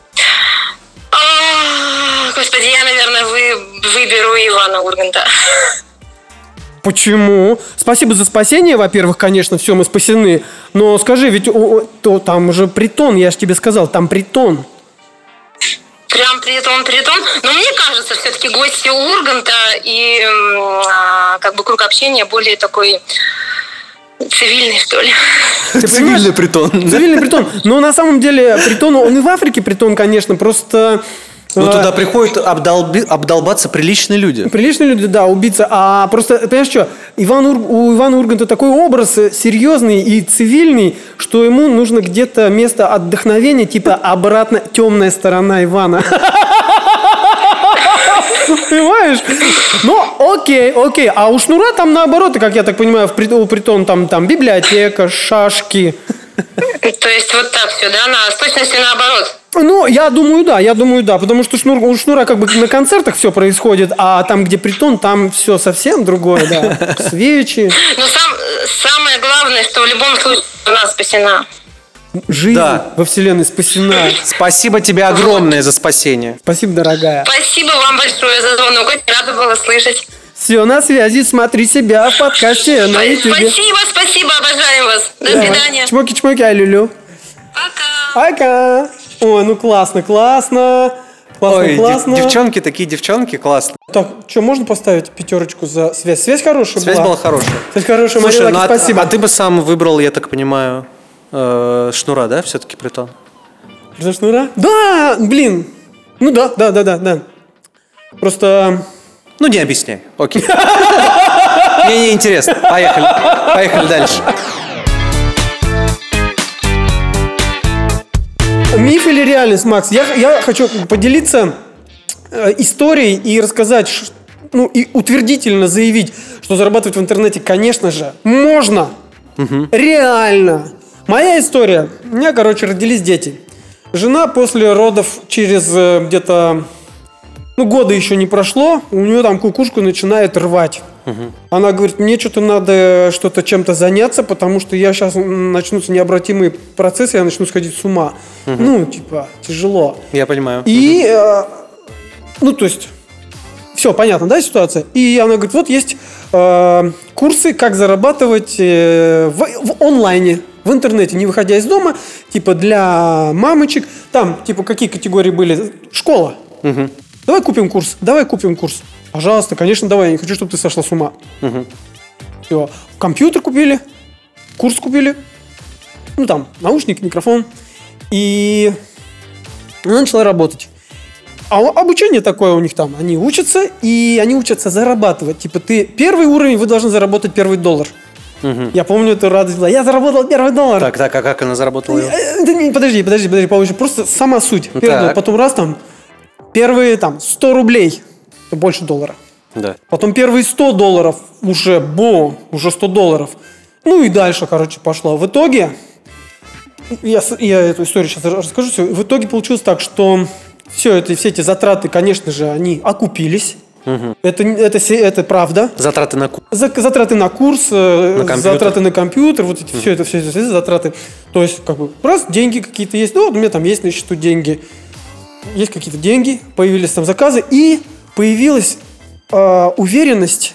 А, господи, я, наверное, вы, выберу Ивана Урганта. Почему? Спасибо за спасение, во-первых, конечно, все, мы спасены. Но скажи, ведь о, то, там уже притон, я же тебе сказал, там притон. Прям притон, притон. Но мне кажется, все-таки гости Урганта и а, как бы круг общения более такой цивильный, что ли. Цивильный притон. Цивильный притон. Но на самом деле притон, он и в Африке притон, конечно, просто... Но а, туда приходят обдолби, обдолбаться приличные люди. Приличные люди, да, убийца. А просто, понимаешь что, Иван Ур, у Ивана Урганта такой образ серьезный и цивильный, что ему нужно где-то место отдохновения, типа обратно темная сторона Ивана. Понимаешь? Ну, окей, окей. А у Шнура там наоборот, как я так понимаю, в притон там, там библиотека, шашки. То есть вот так все, да, на, с точностью наоборот. Ну, я думаю, да, я думаю, да, потому что шнур, у Шнура как бы на концертах все происходит, а там, где притон, там все совсем другое, да, свечи. Но сам, самое главное, что в любом случае она спасена. Жизнь Да. во вселенной спасена. Спасибо тебе огромное за спасение. Спасибо, дорогая. Спасибо вам большое за звонок, очень рада была слышать. Все, на связи, смотри себя в подкасте на ютубе. Спасибо, спасибо, обожаю вас. До свидания. Чмоки-чмоки, ай-лю-лю. Пока. Пока. Ой, ну классно, классно. Классно, Ой, классно. дев- девчонки, такие девчонки, классно. Так, что, можно поставить пятерочку за связь? Связь хорошая Связь была. была хорошая. Связь хорошая, Слушай, Мария ну Лаки, а, спасибо. а ты бы сам выбрал, я так понимаю, э, Шнура, да, все-таки притон? За Шнура? Да, блин. Ну да, да, да, да, да. Просто... Ну, не объясняй. Окей. Мне не интересно. Поехали. Поехали дальше. Миф или реальность, Макс? Я, я хочу поделиться э, историей и рассказать, ш- ну и утвердительно заявить, что зарабатывать в интернете, конечно же, можно. Реально. Моя история. У меня, короче, родились дети. Жена после родов через э, где-то... Ну, года еще не прошло, у нее там кукушку начинает рвать. Она говорит, мне что-то надо что-то чем-то заняться, потому что я сейчас начнутся необратимые процессы, я начну сходить с ума. Ну, типа, тяжело. Я понимаю. И, э, ну, то есть, все, понятно, да, ситуация? И она говорит, вот есть э, курсы, как зарабатывать э, в, в онлайне, в интернете, не выходя из дома, типа, для мамочек. Там, типа, какие категории были? Школа. Давай купим курс, давай купим курс. Пожалуйста, конечно, давай, я не хочу, чтобы ты сошла с ума. Угу. Все. Компьютер купили, курс купили, ну там, наушник, микрофон. И она начала работать. А обучение такое у них там. Они учатся, и они учатся зарабатывать. Типа ты первый уровень, вы должны заработать первый доллар. Угу. Я помню эту радость была. Я заработал первый доллар. Так, так, а как она заработала его? Э, да не, Подожди, подожди, подожди, получше. Просто сама суть. Первый Так. доллар. Потом раз там, первые там сто рублей. Это больше доллара. Да. Потом первые сто долларов уже, бом, уже сто долларов. Ну и дальше, короче, пошло. В итоге, я, с- я эту историю сейчас расскажу. Всё. В итоге получилось так, что все, это, все эти затраты, конечно же, они окупились. Это, не- это, се- это правда. Затраты на курс. За- Затраты на курс, э, На компьютер. затраты на компьютер, вот эти, все это, все это, все это затраты. То есть, как бы, раз, деньги какие-то есть. Ну, вот у меня там есть на счету деньги. Есть какие-то деньги, появились там заказы, и появилась э, уверенность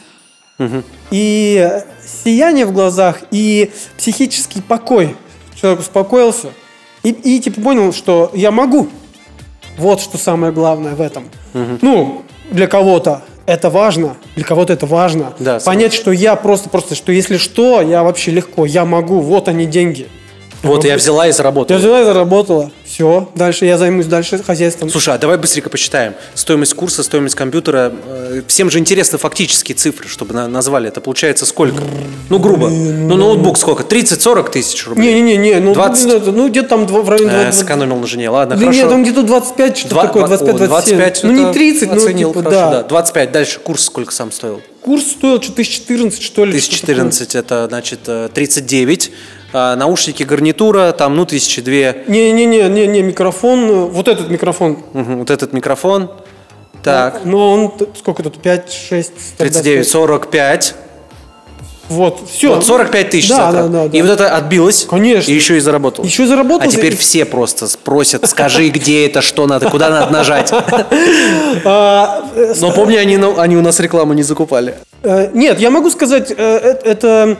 и сияние в глазах, и психический покой. Человек успокоился и, и типа понял, что я могу. Вот что самое главное в этом. Ну, для кого-то это важно, для кого-то это важно. Да, Понять, что я просто, просто, что если что, я вообще легко, я могу, вот они деньги. Вот я взяла и заработала. Я взяла и заработала. Все, дальше я займусь дальше хозяйством. Слушай, а давай быстренько посчитаем. Стоимость курса, стоимость компьютера. Э, Всем же интересны фактические цифры, чтобы на- назвали. Это получается сколько? Ну, грубо. Ну, ноутбук сколько? тридцать-сорок тысяч рублей? Не-не-не, ну, двадцать? ну, ну, где-то там два- в районе Э, двадцати. Сэкономил на жене. Ладно, Да хорошо. нет, там где-то двадцать пять, что Два- такое, два- двадцать пять о, двадцать семь. двадцать пять, Ну, не это тридцать, ну, оценил, типа, хорошо, да. двадцать пять. Дальше курс сколько сам стоил? Курс стоил что-то тысяча четырнадцать, что ли. тысяча что-то четырнадцать, это значит э, тридцать девять. А наушники, гарнитура, там, ну, тысячи две. такое. Не-не-не, не, не, микрофон, э, вот этот микрофон. Мгм, Вот этот микрофон. Так, Но он, т- сколько тут, пять шесть тридцать девять, сорок пять. Вот, все. Вот сорок пять тысяч Да, затрат. да, да, да. И вот это отбилось. Конечно. И еще и заработал. Еще и заработал. А теперь все просто спросят, скажи, где это, что надо, куда надо нажать. А, э, Но помни, они, ну, они у нас рекламу не закупали. Э, Нет, я могу сказать, э, э, это...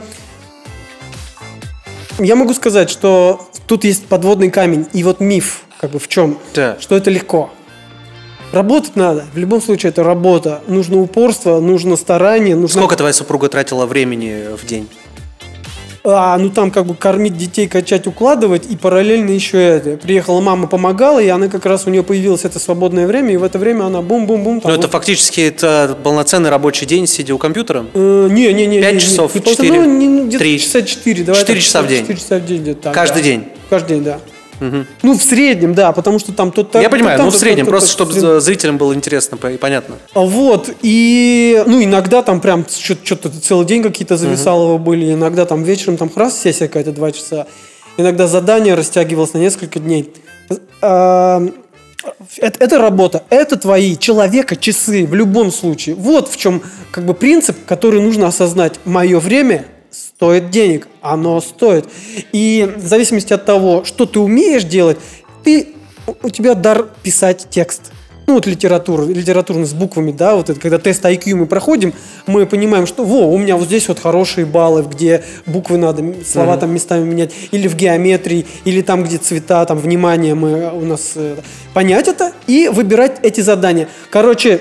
Я могу сказать, что тут есть подводный камень. И вот миф, как бы в чем? Да. Что это легко. Работать надо. В любом случае, это работа. Нужно упорство, нужно старание. Нужно... Сколько твоя супруга тратила времени в день? А, ну там как бы кормить детей, качать, укладывать. И параллельно еще это. Приехала мама, помогала, и она как раз, у нее появилось это свободное время. И в это время она бум-бум-бум. там Ну, это вот. фактически это полноценный рабочий день, сидя у компьютера. Э, Не, не, не. Пять не, часов, не, не полтора, четыре, ну, не, ну, где-то три. часа четыре. Давай Четыре так, часа в день. Четыре часа в день где-то так, Каждый да. день? Каждый день, да. Ну, в среднем, да, потому что там тут... Я понимаю, ну в среднем, просто чтобы зрителям было интересно и понятно. Вот, и, ну, иногда там прям что-то целый день какие-то зависаловы были, иногда там вечером там раз сессия какая-то два часа, иногда задание растягивалось на несколько дней. э, это, это работа, это твои человека-часы в любом случае. Вот в чем как бы принцип, который нужно осознать. Мое время стоит денег, оно стоит. И в зависимости от того, что ты умеешь делать, ты, у тебя дар писать текст. Ну, вот литература, литературно с буквами, да, вот это, когда тест ай кью мы проходим, мы понимаем, что, во, у меня вот здесь вот хорошие баллы, где буквы надо, слова mm-hmm. там местами менять, или в геометрии, или там, где цвета, там, внимание, мы у нас э, понять это и выбирать эти задания. Короче,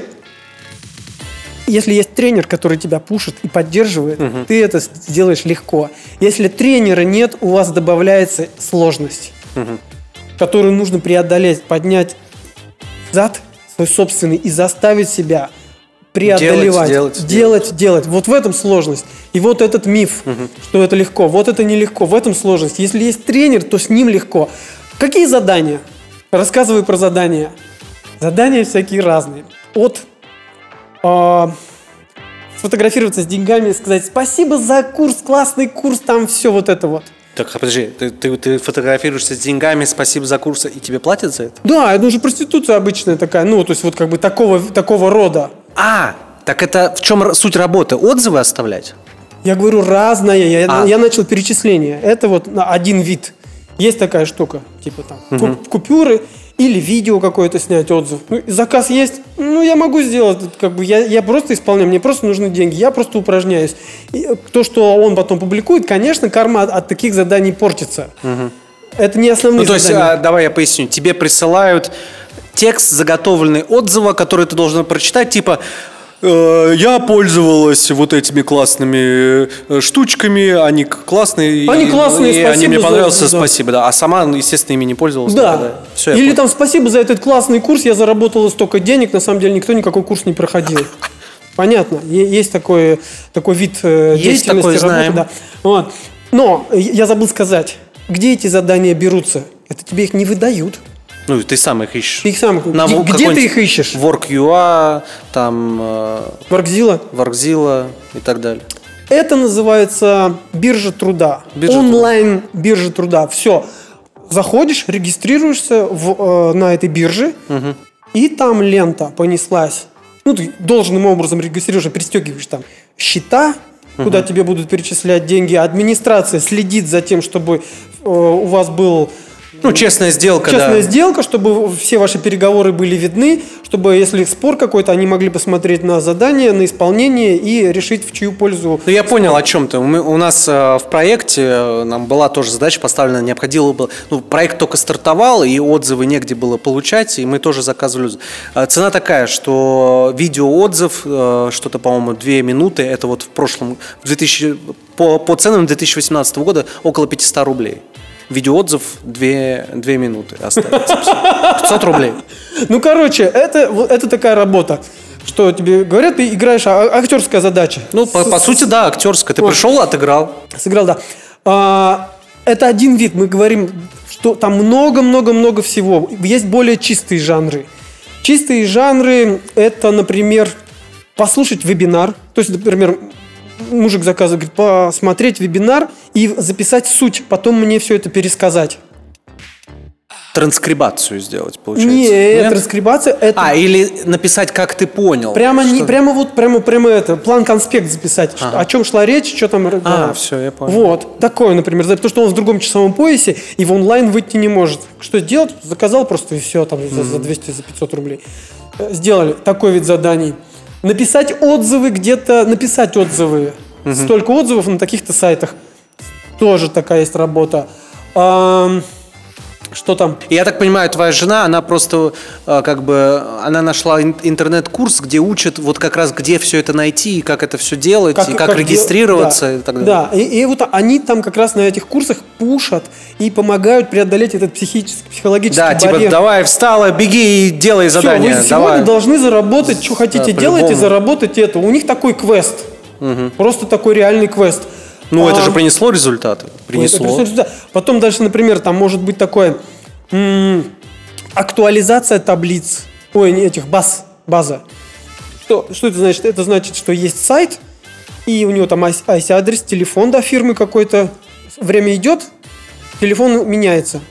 если есть тренер, который тебя пушит и поддерживает, mm-hmm. ты это сделаешь легко. Если тренера нет, у вас добавляется сложность, mm-hmm. которую нужно преодолеть, поднять зад свой собственный и заставить себя преодолевать, делать, делать, делать, делать. Вот в этом сложность. И вот этот миф, угу. что это легко, вот это нелегко, в этом сложность. Если есть тренер, то с ним легко. Какие задания? Рассказываю про задания. Задания всякие разные. От э, сфотографироваться с деньгами, сказать спасибо за курс, классный курс, там все вот это вот. Так, подожди, ты, ты, ты фотографируешься с деньгами, спасибо за курсы, и тебе платят за это? Да, это уже проституция обычная такая, ну, то есть вот как бы такого, такого рода. А, так это в чем суть работы? Отзывы оставлять? Я говорю, разное, я, а. я начал перечисление. Это вот один вид. Есть такая штука, типа там угу. купюры или видео какое-то снять, отзыв. Ну, заказ есть, ну, я могу сделать, как бы я, я просто исполняю, мне просто нужны деньги, я просто упражняюсь. И то, что он потом публикует, конечно, карма от, от таких заданий портится. Угу. Это не основные ну, то задания. есть, а, давай я поясню, тебе присылают текст заготовленный отзыва, который ты должен прочитать, типа... Я пользовалась вот этими классными штучками, они классные, они классные, и спасибо они мне понравились, за... спасибо, да. А сама, естественно, ими не пользовалась. Да. Никогда. Все, или там спасибо за этот классный курс, я заработала столько денег, на самом деле никто никакой курс не проходил. Понятно, есть такой, такой вид есть деятельности, такой, работы, знаем. Да. Вот. Но я забыл сказать, где эти задания берутся? Это тебе их не выдают. Ну, ты сам их ищешь. Ты их сам. На, где где ты их ищешь? Work.ua, там... Workzilla. Workzilla и так далее. Это называется биржа труда. Биржа онлайн труда. Биржа труда. Все. Заходишь, регистрируешься в, э, на этой бирже, угу. и там лента понеслась. Ну, ты должным образом регистрируешься, пристегиваешь там счета, угу. куда тебе будут перечислять деньги. Администрация следит за тем, чтобы э, у вас был... Ну, честная сделка, Честная да. сделка, чтобы все ваши переговоры были видны, чтобы, если спор какой-то, они могли посмотреть на задание, на исполнение и решить, в чью пользу. Ну, я понял, о чем ты. Мы, у нас э, в проекте э, нам была тоже задача поставлена, необходимо было... Ну, проект только стартовал, и отзывы негде было получать, и мы тоже заказывали. Э, цена такая, что видеоотзыв, э, что-то, по-моему, две минуты, это вот в прошлом... В две тысячи, по, по ценам две тысячи восемнадцатого года около пятьсот рублей. Видеоотзыв две, две минуты оставится. пятьсот рублей. Ну, короче, это, это такая работа, что тебе говорят, ты играешь, а, актерская задача. Ну, по, по сути, да, актерская. Ты вот. Пришел, отыграл. Сыграл, да. А, это один вид. Мы говорим, что там много-много-много всего. Есть более чистые жанры. Чистые жанры – это, например, послушать вебинар. То есть, например... Мужик заказывает, говорит, посмотреть вебинар и записать суть, потом мне все это пересказать. Транскрибацию сделать, получается? Нет, Нет? транскрибация это... А, или написать, как ты понял. Прямо, что... не, прямо вот, прямо, прямо это, план-конспект записать, ага. о чем шла речь, что там... А, да. все, я понял. Вот, такое, например, потому что он в другом часовом поясе и в онлайн выйти не может. Что делать? Заказал просто и все, там, mm-hmm. за, за двести, за пятьсот рублей. Сделали такой вид заданий. Написать отзывы где-то, написать отзывы. Угу. Столько отзывов на таких-то сайтах. Тоже такая есть работа. А, что там? Я так понимаю, твоя жена, она просто как бы, она нашла интернет-курс, где учат вот как раз, где все это найти, и как это все делать, как, и как, как регистрироваться. Дел... И так далее. Да, и, и вот они там как раз на этих курсах пушат и помогают преодолеть этот психический, психологический да, барьер. Да, типа, давай, встала, беги и делай все, задание. Вы сегодня давай. должны заработать, что хотите, да, делайте, заработать это. У них такой квест. Угу. Просто такой реальный квест. Ну, а, это же принесло результаты. Принесло. принесло результаты. Потом дальше, например, там может быть такое м- актуализация таблиц. Ой, не этих баз, база. Что, что это значит? Это значит, что есть сайт, и у него там ай си-адрес, телефон, да, фирмы какой-то. Время идет, телефон меняется.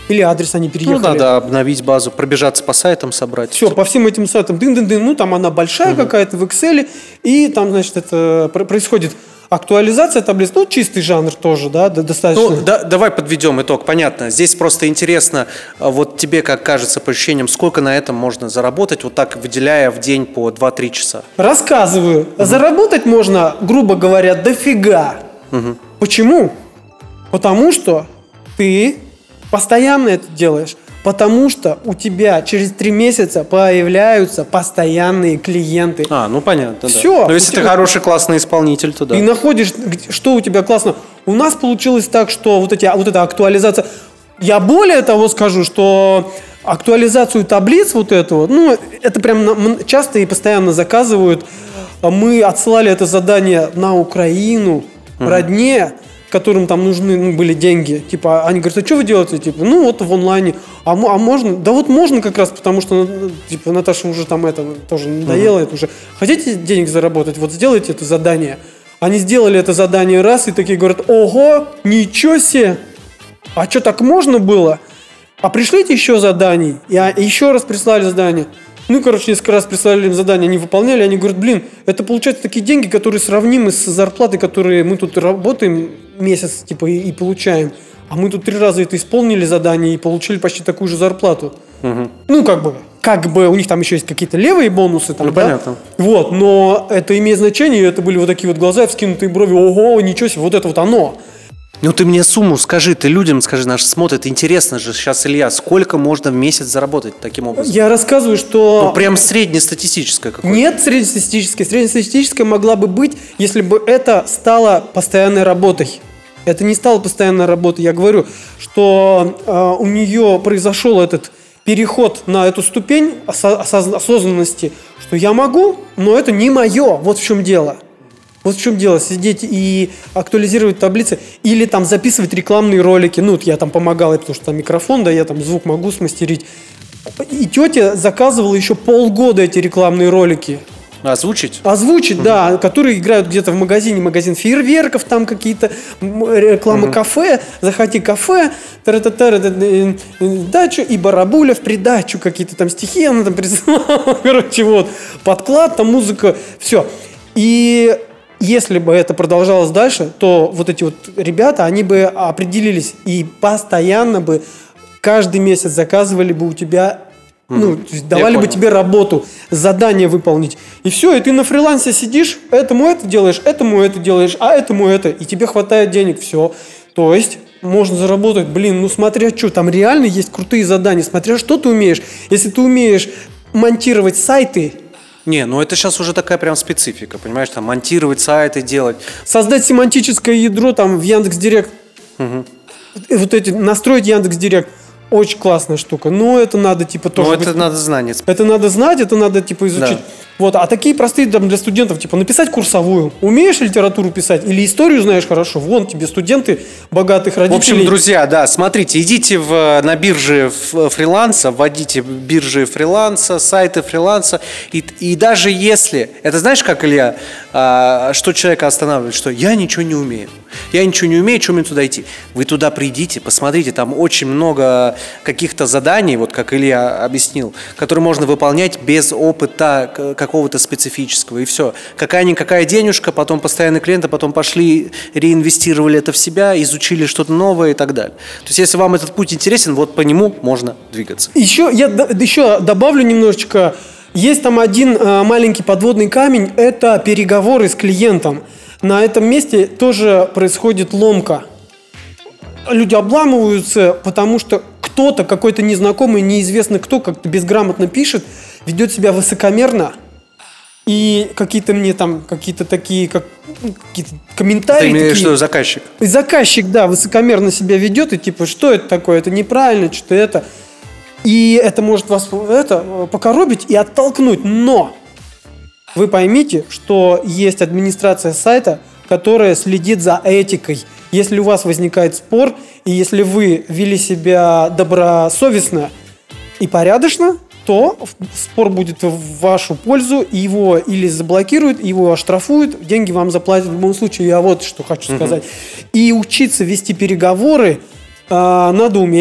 или адрес они переехали. Ну, надо обновить базу, пробежаться по сайтам, собрать. Все, по всем этим сайтам, дын-дын-дын, ну, там она большая угу. какая-то в Excel, и там, значит, это происходит актуализация таблиц, ну, чистый жанр тоже, да, достаточно. Ну, да, давай подведем итог, понятно. Здесь просто интересно, вот тебе, как кажется, по ощущениям, сколько на этом можно заработать, вот так выделяя в день по два-три часа? Рассказываю. Угу. Заработать можно, грубо говоря, дофига. Угу. Почему? Потому что ты постоянно это делаешь. Потому что у тебя через три месяца появляются постоянные клиенты. А, ну понятно, Все. Да. Но если тебя... ты хороший, классный исполнитель, то да. И находишь, что у тебя классно. У нас получилось так, что вот, эти, вот эта актуализация... Я более того скажу, что актуализацию таблиц вот этого, ну, это прям часто и постоянно заказывают. Мы отсылали это задание на Украину, mm-hmm. родне, которым там нужны ну, были деньги. Типа, они говорят, а что вы делаете? Типа, ну, вот в онлайне. А, а можно? Да вот можно как раз, потому что, типа, Наташа уже там это тоже надоело. Uh-huh. Это уже. Хотите денег заработать? Вот сделайте это задание. Они сделали это задание раз и такие говорят, ого, ничего себе! А что, так можно было? А пришлите еще заданий. И а, еще раз прислали задание. Ну, короче, несколько раз прислали им задание, они выполняли, они говорят, блин, это получается такие деньги, которые сравнимы с зарплатой, которые мы тут работаем месяц, типа, и, и получаем. А мы тут три раза это исполнили задание и получили почти такую же зарплату. Угу. Ну, как бы, как бы у них там еще есть какие-то левые бонусы. Там, ну, да? понятно. Вот, но это имеет значение, это были вот такие вот глаза, вскинутые брови, ого, ничего себе, вот это вот оно. Ну, ты мне сумму скажи, ты людям скажи, наши смотрят, интересно же сейчас, Илья, сколько можно в месяц заработать таким образом? Я рассказываю, что... Ну, прям среднестатистическое какое-то. Нет, среднестатистическое. Среднестатистическое могла бы быть, если бы это стало постоянной работой. Это не стало постоянной работой. Я говорю, что э, у нее произошел этот переход на эту ступень осоз- осознанности, что я могу, но это не мое. Вот в чем дело. Вот в чем дело, сидеть и актуализировать таблицы или там записывать рекламные ролики. Ну, вот я там помогал, потому что там микрофон, да, я там звук могу смастерить. И тетя заказывала еще полгода эти рекламные ролики. Озвучить? Озвучить, угу. да, которые играют где-то в магазине, магазин фейерверков, там какие-то рекламы угу. кафе, захоти кафе, дачу и барабуля в придачу, какие-то там стихи она там присылала, короче, вот, подклад, там музыка, все. И если бы это продолжалось дальше, то вот эти вот ребята, они бы определились и постоянно бы каждый месяц заказывали бы у тебя, ну, то есть давали бы тебе работу, задание выполнить. И все, и ты на фрилансе сидишь, этому это делаешь, этому это делаешь, а этому это, и тебе хватает денег, все. То есть можно заработать, блин, ну смотря что, там реально есть крутые задания, смотря что ты умеешь. Если ты умеешь монтировать сайты... Не, ну это сейчас уже такая прям специфика, понимаешь, там монтировать сайты, делать. Создать семантическое ядро там в Яндекс.Директ. Угу. Вот эти, настроить Яндекс.Директ. Очень классная штука. Но это надо типа тоже... Ну это быть... надо знать. Это надо знать, это надо типа изучить. Да. Вот. А такие простые там, для студентов, типа написать курсовую. Умеешь литературу писать или историю знаешь хорошо? Вон тебе студенты богатых родителей. В общем, друзья, да, смотрите, идите в, на биржи фриланса, вводите биржи фриланса, сайты фриланса. И, и даже если... Это знаешь, как, Илья, а, что человека останавливает? Что я ничего не умею. Я ничего не умею, что мне туда идти? Вы туда придите, посмотрите, там очень много каких-то заданий, вот как Илья объяснил, которые можно выполнять без опыта какого-то специфического, и все. Какая-никакая денежка, потом постоянные клиенты, потом пошли, реинвестировали это в себя, изучили что-то новое и так далее. То есть, если вам этот путь интересен, вот по нему можно двигаться. Еще, я еще добавлю немножечко. Есть там один э, маленький подводный камень, это переговоры с клиентом. На этом месте тоже происходит ломка. Люди обламываются, потому что кто-то, какой-то незнакомый, неизвестно кто, как-то безграмотно пишет, ведет себя высокомерно. И какие-то мне там, какие-то такие, как, какие-то комментарии. Ты имеешь в такие. виду заказчик? И заказчик, да, высокомерно себя ведет, и типа, что это такое, это неправильно, что-то это. И это может вас это, покоробить и оттолкнуть. Но вы поймите, что есть администрация сайта, которая следит за этикой. Если у вас возникает спор, и если вы вели себя добросовестно и порядочно, то спор будет в вашу пользу, и его или заблокируют, его оштрафуют, деньги вам заплатят в любом случае. Я вот что хочу сказать. Uh-huh. И учиться вести переговоры э, надо уметь.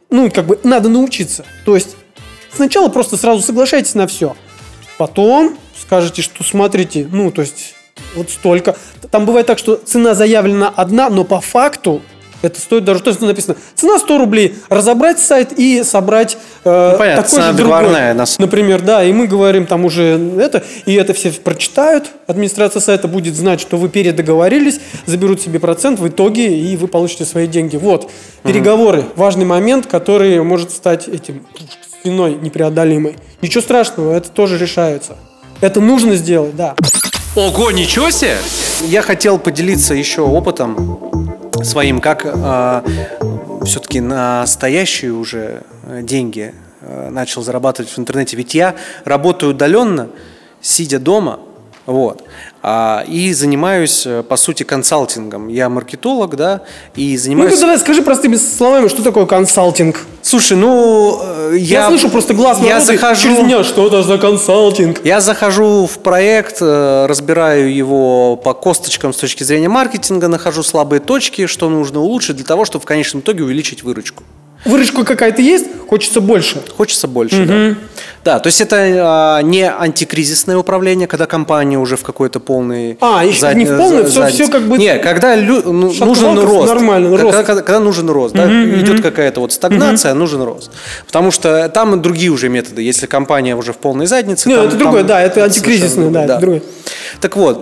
ну, как бы надо научиться. То есть сначала просто сразу соглашайтесь на все. Потом скажете, что смотрите, ну, то есть вот столько. Там бывает так, что цена заявлена одна, но по факту это стоит даже, то есть написано, цена сто рублей, разобрать сайт и собрать э, ну, понятно, такой цена же другой. договорная, нас... Например, да, и мы говорим там уже это, и это все прочитают, администрация сайта будет знать, что вы передоговорились, заберут себе процент в итоге, и вы получите свои деньги. Вот, переговоры, угу. важный момент, который может стать этим стеной непреодолимой. Ничего страшного, это тоже решается. Это нужно сделать, да. Ого, ничего себе! Я хотел поделиться еще опытом своим, как э, все-таки настоящие уже деньги э, начал зарабатывать в интернете. Ведь я работаю удаленно, сидя дома, вот, а, и занимаюсь, по сути, консалтингом. Я маркетолог, да, и занимаюсь... Ну-ка давай скажи простыми словами, что такое консалтинг? Слушай, ну... Я, я слышу просто глаз я захожу, через меня, что это за консалтинг? Я захожу в проект, разбираю его по косточкам с точки зрения маркетинга, нахожу слабые точки, что нужно улучшить для того, чтобы в конечном итоге увеличить выручку. Выручка какая-то есть? Хочется больше? Хочется больше, угу. да. Да, то есть это а, не антикризисное управление, когда компания уже в какой-то полной... А, еще зад... не в полной, все, все как бы... Не, когда лю... ну, нужен рост. Нормально, когда, рост. Когда, когда нужен рост, угу, да, угу. идет какая-то вот стагнация, угу. нужен рост. Потому что там и другие уже методы. Если компания уже в полной заднице... Не, там, это другое, там, да, это антикризисное, да, да, это другое. Так вот,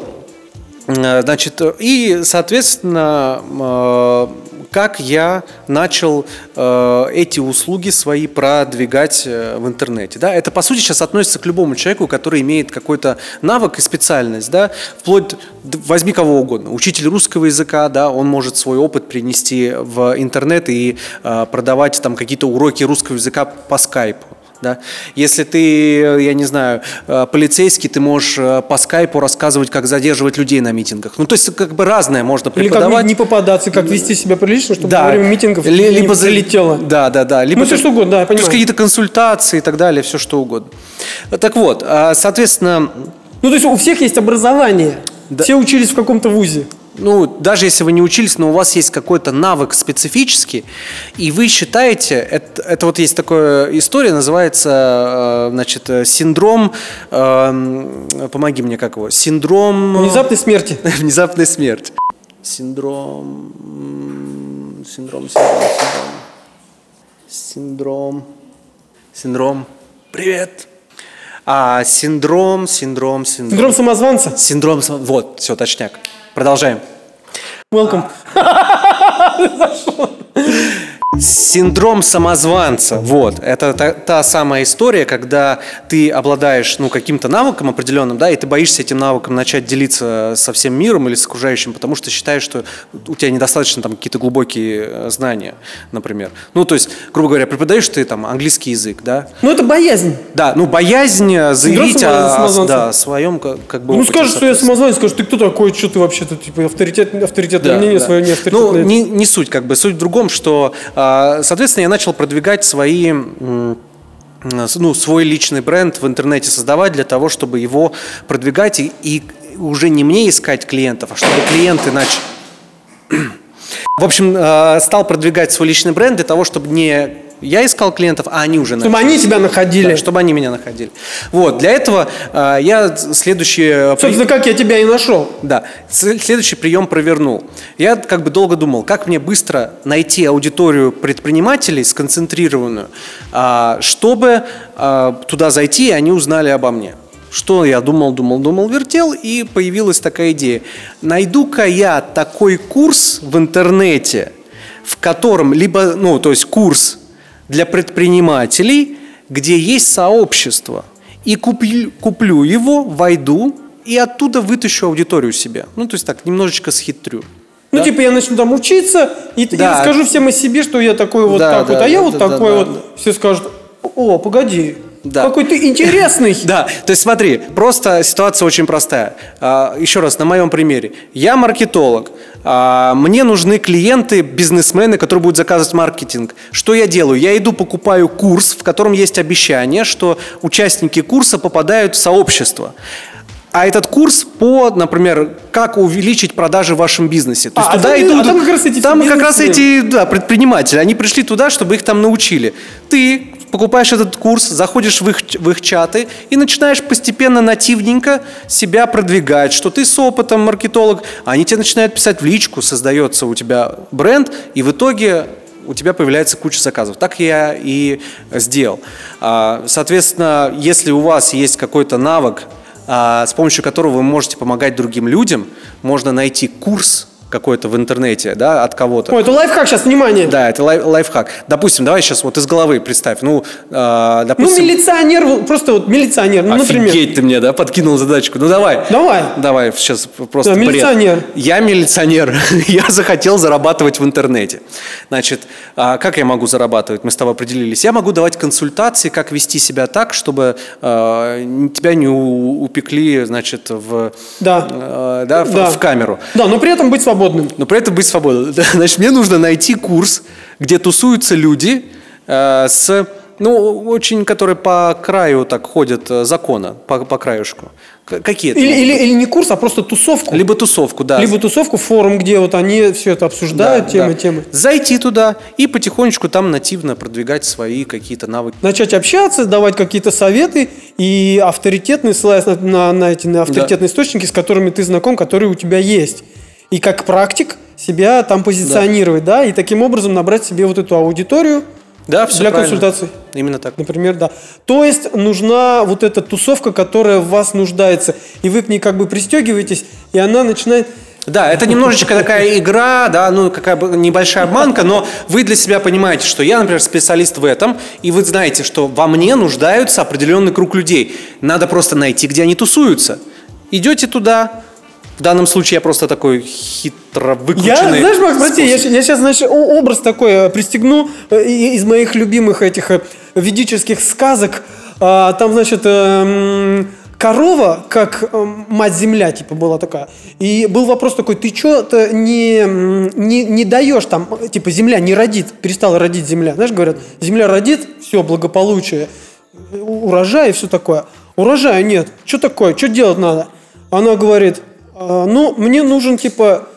значит, и, соответственно... как я начал э, эти услуги свои продвигать э, в интернете. Да? Это, по сути, сейчас относится к любому человеку, который имеет какой-то навык и специальность. Да? Вплоть, возьми кого угодно. Учитель русского языка, да, он может свой опыт принести в интернет и э, продавать там какие-то уроки русского языка по скайпу. Да? Если ты, я не знаю, полицейский, ты можешь по скайпу рассказывать, как задерживать людей на митингах. Ну, то есть, как бы разное можно преподавать. Или как не попадаться, как вести себя прилично, чтобы да. во время митингов Ли, не либо залетело. Да, да, да. Либо ну, все что угодно, да, я понимаю. То есть, какие-то консультации и так далее, все что угодно. Так вот, соответственно... Ну, то есть, у всех есть образование. Да. Все учились в каком-то вузе. Ну, даже если вы не учились, но у вас есть какой-то навык специфический, и вы считаете, это, это вот есть такая история, называется, значит, синдром, э, помоги мне, как его, синдром... Внезапной смерти. Внезапной смерти. Синдром, синдром, синдром, синдром, синдром, синдром, привет. А, синдром, синдром, синдром. Синдром самозванца? Синдром, вот, все, точняк. Продолжаем. Welcome. Синдром самозванца. Вот. Это та, та самая история, когда ты обладаешь ну, каким-то навыком определенным, да, и ты боишься этим навыком начать делиться со всем миром или с окружающим, потому что считаешь, что у тебя недостаточно там какие-то глубокие знания, например. Ну, то есть, грубо говоря, преподаешь ты там английский язык, да? Ну, это боязнь. Да, ну, боязнь заявить о, о, да, о своем как, как бы Ну, скажешь, что я самозванец, скажешь, ты кто такой, что ты вообще-то, типа, авторитет, авторитетное да, мнение да. свое, не авторитетное. Ну, не, не суть, как бы, суть в другом, что соответственно, я начал продвигать свои, ну, свой личный бренд в интернете, создавать для того, чтобы его продвигать и, и уже не мне искать клиентов, а чтобы клиенты начали... В общем, стал продвигать свой личный бренд для того, чтобы не я искал клиентов, а они уже чтобы начали. они тебя находили. Да, чтобы они меня находили. Вот, для этого э, я следующий... Собственно, при... как я тебя и нашел. Да, следующий прием провернул. Я как бы долго думал, как мне быстро найти аудиторию предпринимателей сконцентрированную, э, чтобы э, туда зайти, и они узнали обо мне. Что я думал, думал, думал, вертел, и появилась такая идея. Найду-ка я такой курс в интернете, в котором либо, ну, то есть курс для предпринимателей, где есть сообщество, и куплю, куплю его, войду, и оттуда вытащу аудиторию себе. Ну, то есть так, немножечко схитрю. Ну, да? типа я начну там учиться, и, да. и расскажу всем о себе, что я такой вот да, так да, вот, а да, я да, вот да, такой да, вот. да. Все скажут, о, погоди. Да. Какой ты интересный. Да, то есть смотри, просто ситуация очень простая. Еще раз, на моем примере. Я маркетолог, мне нужны клиенты, бизнесмены, которые будут заказывать маркетинг. Что я делаю? Я иду, покупаю курс, в котором есть обещание, что участники курса попадают в сообщество. А этот курс по, например, как увеличить продажи в вашем бизнесе. То есть А, туда а там- идут, а там как раз эти там как раз бизнесмены. эти да, предприниматели, они пришли туда, чтобы их там научили. Ты покупаешь этот курс, заходишь в их, в их чаты и начинаешь постепенно, нативненько себя продвигать, что ты с опытом маркетолог, а они тебе начинают писать в личку, создается у тебя бренд, и в итоге у тебя появляется куча заказов. Так я и сделал. А, Соответственно, если у вас есть какой-то навык, а, с помощью которого вы можете помогать другим людям, можно найти курс какой-то в интернете, да, от кого-то. Ой, это лайфхак сейчас, внимание. Да, это лай- лайфхак. Допустим, давай сейчас вот из головы представь. Ну, э, Ну, допустим... милиционер, вот просто вот милиционер, ну, например. Офигеть ты мне, да, подкинул задачку. Ну, давай. Давай. Давай, сейчас просто Да, бред. милиционер. Я милиционер. Я захотел зарабатывать в интернете. Значит, а как я могу зарабатывать? Мы с тобой определились. Я могу давать консультации, как вести себя так, чтобы э, тебя не у- упекли, значит, в, Да. э, да, в, Да. в камеру. Да, но при этом быть свободным. Но при этом быть свободным. Значит, мне нужно найти курс, где тусуются люди э, с, ну, очень, которые по краю так ходят э, закона, по, по краюшку. К- Какие это? Или, могут или, быть? или не курс, а просто тусовку. Либо тусовку, да. Либо тусовку, форум, где вот они все это Да, обсуждают, темы, да. темы. Зайти туда и потихонечку там нативно продвигать свои какие-то навыки. Начать общаться, давать какие-то советы и авторитетные, ссылаясь на, на, на эти на авторитетные источники, с которыми ты знаком, которые у тебя есть. И как практик себя там позиционировать, да, и таким образом набрать себе вот эту аудиторию Да, все для правильно. консультаций. Именно так. Например, да. То есть нужна вот эта тусовка, которая в вас нуждается, и вы к ней как бы пристегиваетесь, и она начинает... Да, это немножечко такая игра, да, ну какая бы небольшая обманка, но вы для себя понимаете, что я, например, специалист в этом, и вы знаете, что во мне нуждаются определенный круг людей. Надо просто найти, где они тусуются. Идете туда. В данном случае я просто такой хитро Я, выкрученный. знаешь, Макс, прости, я, способ. щ- я сейчас, значит, о- образ такой э, пристегну э, и- из моих любимых этих э, ведических сказок. А, там, значит, э, м, корова, как э, мать-земля, типа, была такая. И был вопрос такой, ты что-то не, м, не, не даешь там, э, типа, земля не родит, перестала родить земля. Знаешь, говорят, земля родит, все, благополучие, э, урожай и все такое. Урожая нет. Что такое? Что делать надо? Она говорит, «А, ну, мне нужен, типа,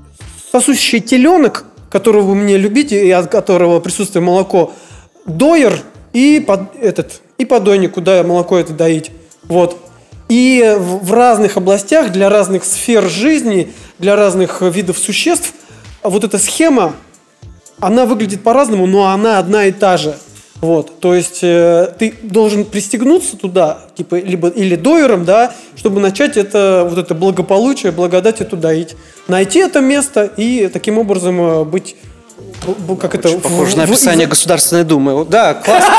сосущий теленок, которого вы мне любите, и от которого присутствует молоко, доер и, под, этот, и подойник, куда молоко это доить. Вот. И в, в разных областях, для разных сфер жизни, для разных видов существ, вот эта схема, она выглядит по-разному, но она одна и та же. Вот, то есть э, ты должен пристегнуться туда, типа, либо или доером, да, чтобы начать это, вот это благополучие, благодать эту доить. Найти это место и таким образом э, быть, б- б- как это... в- Похоже на в- описание в- Государственной Думы. Вот, да, классно.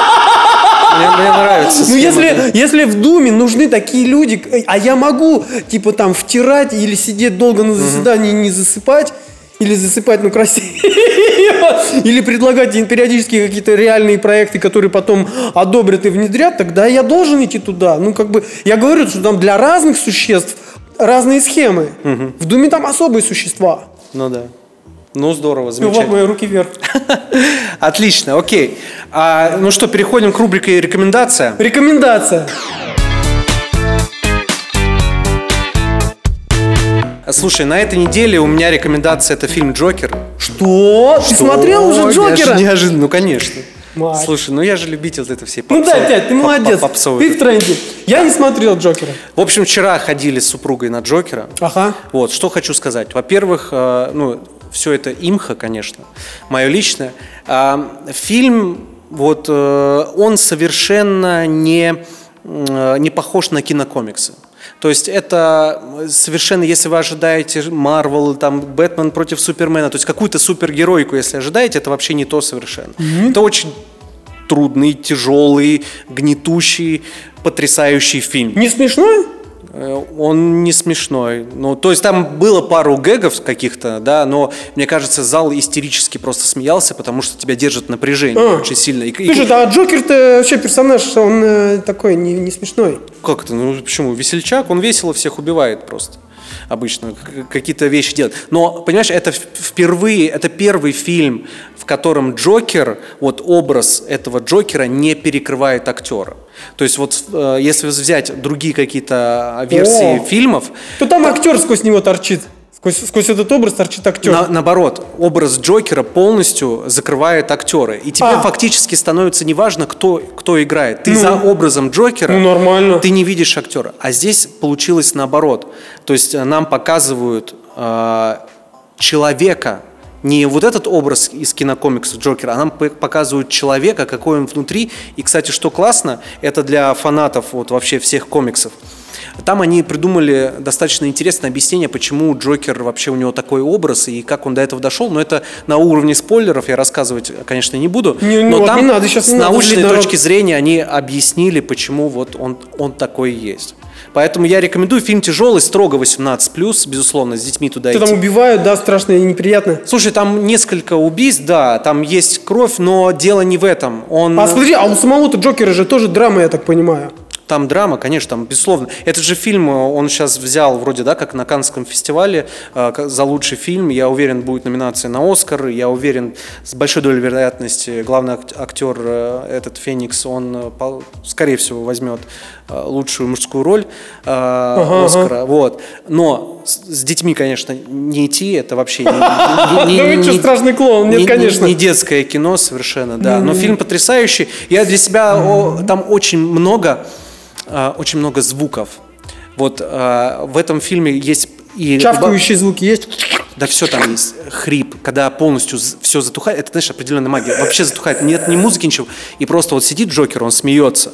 Мне, мне нравится. Ну, схема, если, да. если в Думе нужны такие люди, э, а я могу, типа, там, втирать или сидеть долго на заседании и не засыпать, или засыпать, ну, красиво, или предлагать им периодически какие-то реальные проекты, которые потом одобрят и внедрят, тогда я должен идти туда. Ну, как бы, я говорю, что там для разных существ разные схемы. В Думе там особые существа. Ну да. Ну здорово, Ну, вот замечательно. мои руки вверх. Отлично, окей. А, ну что, переходим к рубрике «Рекомендация». Рекомендация. Слушай, на этой неделе у меня рекомендация – это фильм «Джокер». Что? Ты смотрел уже Ой, Джокера? Я же неожиданно, ну конечно. Мать. Слушай, ну я же любитель вот этой всей Ну попсовой- да, Пять, ты поп- молодец. попсовой. Ты в тренде. Я не смотрел Джокера. В общем, вчера ходили с супругой на «Джокера». Ага. Вот, что хочу сказать. Во-первых, э, ну, все это имхо, конечно, мое личное. А, фильм, вот, э, он совершенно не, э, не похож на кинокомиксы. То есть это совершенно, если вы ожидаете Марвел, там, Бэтмен против Супермена, то есть какую-то супергеройку, если ожидаете, это вообще не то совершенно. Mm-hmm. Это очень трудный, тяжелый, гнетущий, потрясающий фильм. Не смешной? Он не смешной. Ну, то есть там было пару гэгов каких-то, да, но мне кажется, зал истерически просто смеялся, потому что тебя держит напряжение А. очень сильно. И, и- Слушай, а Джокер-то вообще персонаж, он э, такой не, не смешной. Как это? Ну почему? Весельчак, он весело всех убивает просто. Обычно к- какие-то вещи делает. Но, понимаешь, это в- впервые, это первый фильм, в котором Джокер, вот образ этого Джокера не перекрывает актера. То есть вот э, если взять другие какие-то версии О. фильмов, То там актер сквозь него торчит. Сквозь, сквозь этот образ торчит актер. на- наоборот, образ Джокера полностью закрывает актера. И тебе А. фактически становится неважно, кто, кто играет. Ты Ну. за образом Джокера, Ну, нормально. ты не видишь актера. А здесь получилось наоборот. То есть э, нам показывают э, человека, не вот этот образ из кинокомиксов Джокера, а нам п- показывают человека, какой он внутри. И, кстати, что классно, это для фанатов вот вообще всех комиксов. Там они придумали достаточно интересное объяснение, почему Джокер вообще у него такой образ и как он до этого дошел. Но это на уровне спойлеров, я рассказывать, конечно, не буду. Не, ну но вот там не надо, сейчас с не надо научной злить народ. точки зрения они объяснили, почему вот он, он такой и есть. Поэтому я рекомендую. Фильм тяжелый, строго восемнадцать плюс, безусловно, с детьми туда Что идти. там убивают, да, страшно и неприятно. Слушай, там несколько убийств, да, там есть кровь, но дело не в этом. Он... А смотри, а у самого-то Джокера же тоже драма, я так понимаю. Там драма, конечно, там, безусловно. Этот же фильм он сейчас взял вроде, да, как на Каннском фестивале э, как- за лучший фильм. Я уверен, будет номинация на Оскар. Я уверен, с большой долей вероятности главный ак- актер, э, этот Феникс, он, э, пол- скорее всего, возьмет э, лучшую мужскую роль э, Оскара. Вот. Но с, с детьми, конечно, не идти, это вообще не, не- не- Да вы не- что, страшный клоун? Нет, не- не- конечно. не детское кино совершенно, да. Но фильм потрясающий. Я для себя о, там очень много, а, очень много звуков. Вот а, в этом фильме есть и Чавкающие звуки есть? да, все там есть. Хрип, когда полностью все затухает, это, знаешь, определенная магия. Вообще затухает, нет ни музыки, ничего. И просто вот сидит Джокер, он смеется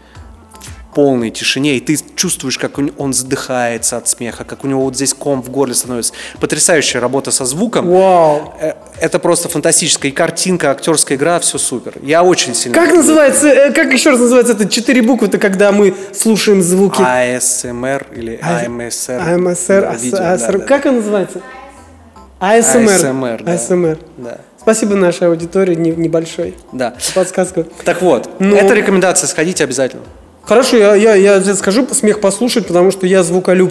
в полной тишине, и ты чувствуешь, как он он задыхается от смеха, как у него вот здесь ком в горле становится. Потрясающая работа со звуком. Вау. Э, Это просто фантастическая. И картинка, актерская игра, все супер. Я очень сильно... Как называется, э, как еще раз называется это четыре буквы-то, когда мы слушаем звуки? А эс эм эр или А эм эс эр. АМСР, Да, видео, да, АСР. да, Как он называется? АСМР. АСМР, да. АСМР. Да. Спасибо нашей аудитории не- небольшой. Да. Подсказка. Так вот, Ну- это рекомендация, сходите обязательно. Хорошо, я, я, я скажу смех послушать, потому что я звуколюб.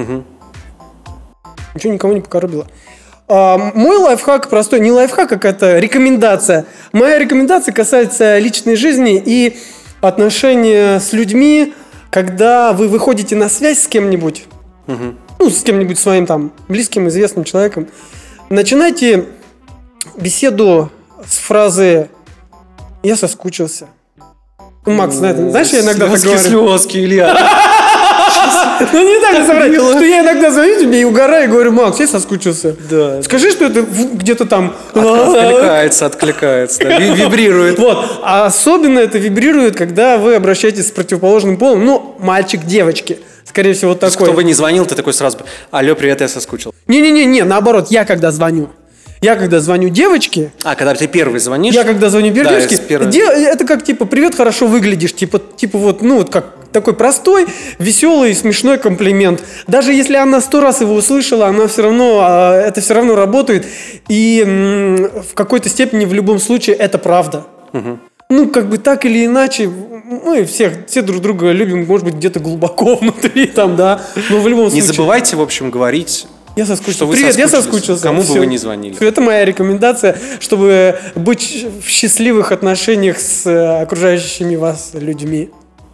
Ничего никого не покоробило. А, мой лайфхак простой, не лайфхак, а какая-то рекомендация. Моя рекомендация касается личной жизни и отношения с людьми, когда вы выходите на связь с кем-нибудь, ну, с кем-нибудь своим там близким, известным человеком, начинайте беседу с фразы «я соскучился». Ну, Макс, знает, знаешь, я иногда так говорю. Слезки, Илья. Ну, не так соврать, что я иногда звоню тебе и угораю, и говорю: Макс, я соскучился. Да. Скажи, что это в- где-то там... Откликается, откликается, да, ви- вибрирует. Вот. А особенно это вибрирует, когда вы обращаетесь с противоположным полом. Ну, мальчик, девочки. Скорее всего, вот такой. Кто бы не звонил, ты такой сразу: алло, привет, я соскучил. Не-не-не, наоборот, я когда звоню. Я когда звоню девочке, А, когда ты первый звонишь? я когда звоню Да, девочке, из первой. де- это как типа «привет, хорошо выглядишь», типа, типа вот, ну вот как такой простой, веселый, смешной комплимент. Даже если она сто раз его услышала, она все равно, а, это все равно работает, и м, в какой-то степени в любом случае это правда. Ну, как бы так или иначе, мы всех, все друг друга любим, может быть, где-то глубоко внутри там, да, но в любом Не случае. забывайте, в общем, говорить. Я соскучился. Что вы Привет, я соскучились. соскучился. Кому бы Всё. вы ни звонили. Всё, это моя рекомендация, чтобы быть в счастливых отношениях с э, окружающими вас людьми.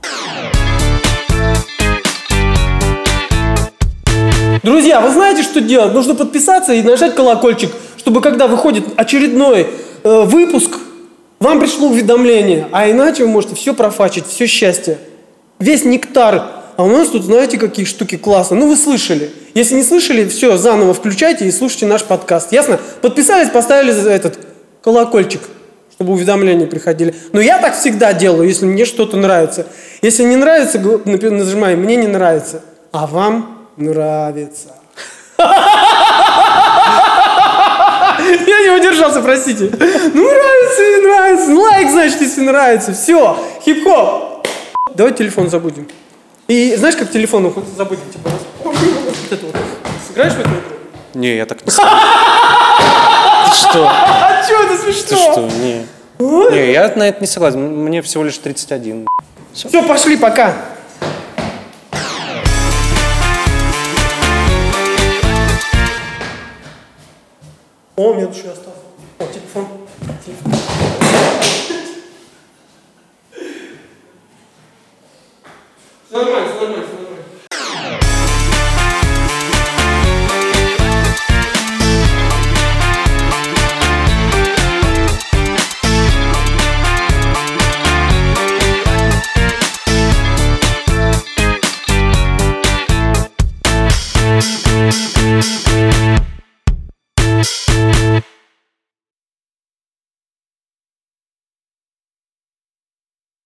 Друзья, вы знаете, что делать? Нужно подписаться и нажать колокольчик, чтобы когда выходит очередной э, выпуск, вам пришло уведомление. А иначе вы можете все профачить, все счастье. Весь нектар. А у нас тут, знаете, какие штуки классные. Ну, вы слышали. Если не слышали, все, заново включайте и слушайте наш подкаст. Ясно? Подписались, поставили за этот колокольчик, чтобы уведомления приходили. Но я так всегда делаю, если мне что-то нравится. Если не нравится, г- например, нажимаю «мне не нравится», а вам нравится. Я не удержался, простите. Ну, нравится и нравится. Лайк, значит, если нравится. Все, хип-хоп. Давай телефон забудем. И знаешь, как телефон забудем? Типа, вот это вот. Сыграешь в эту игру? Не, я так не смогу. Ты что? А что, это смешно? Ты что? Не. Не, я на это не согласен. Мне всего лишь тридцать один. Все, пошли, пока. О, у меня тут еще остался. О, телефон. Телефон.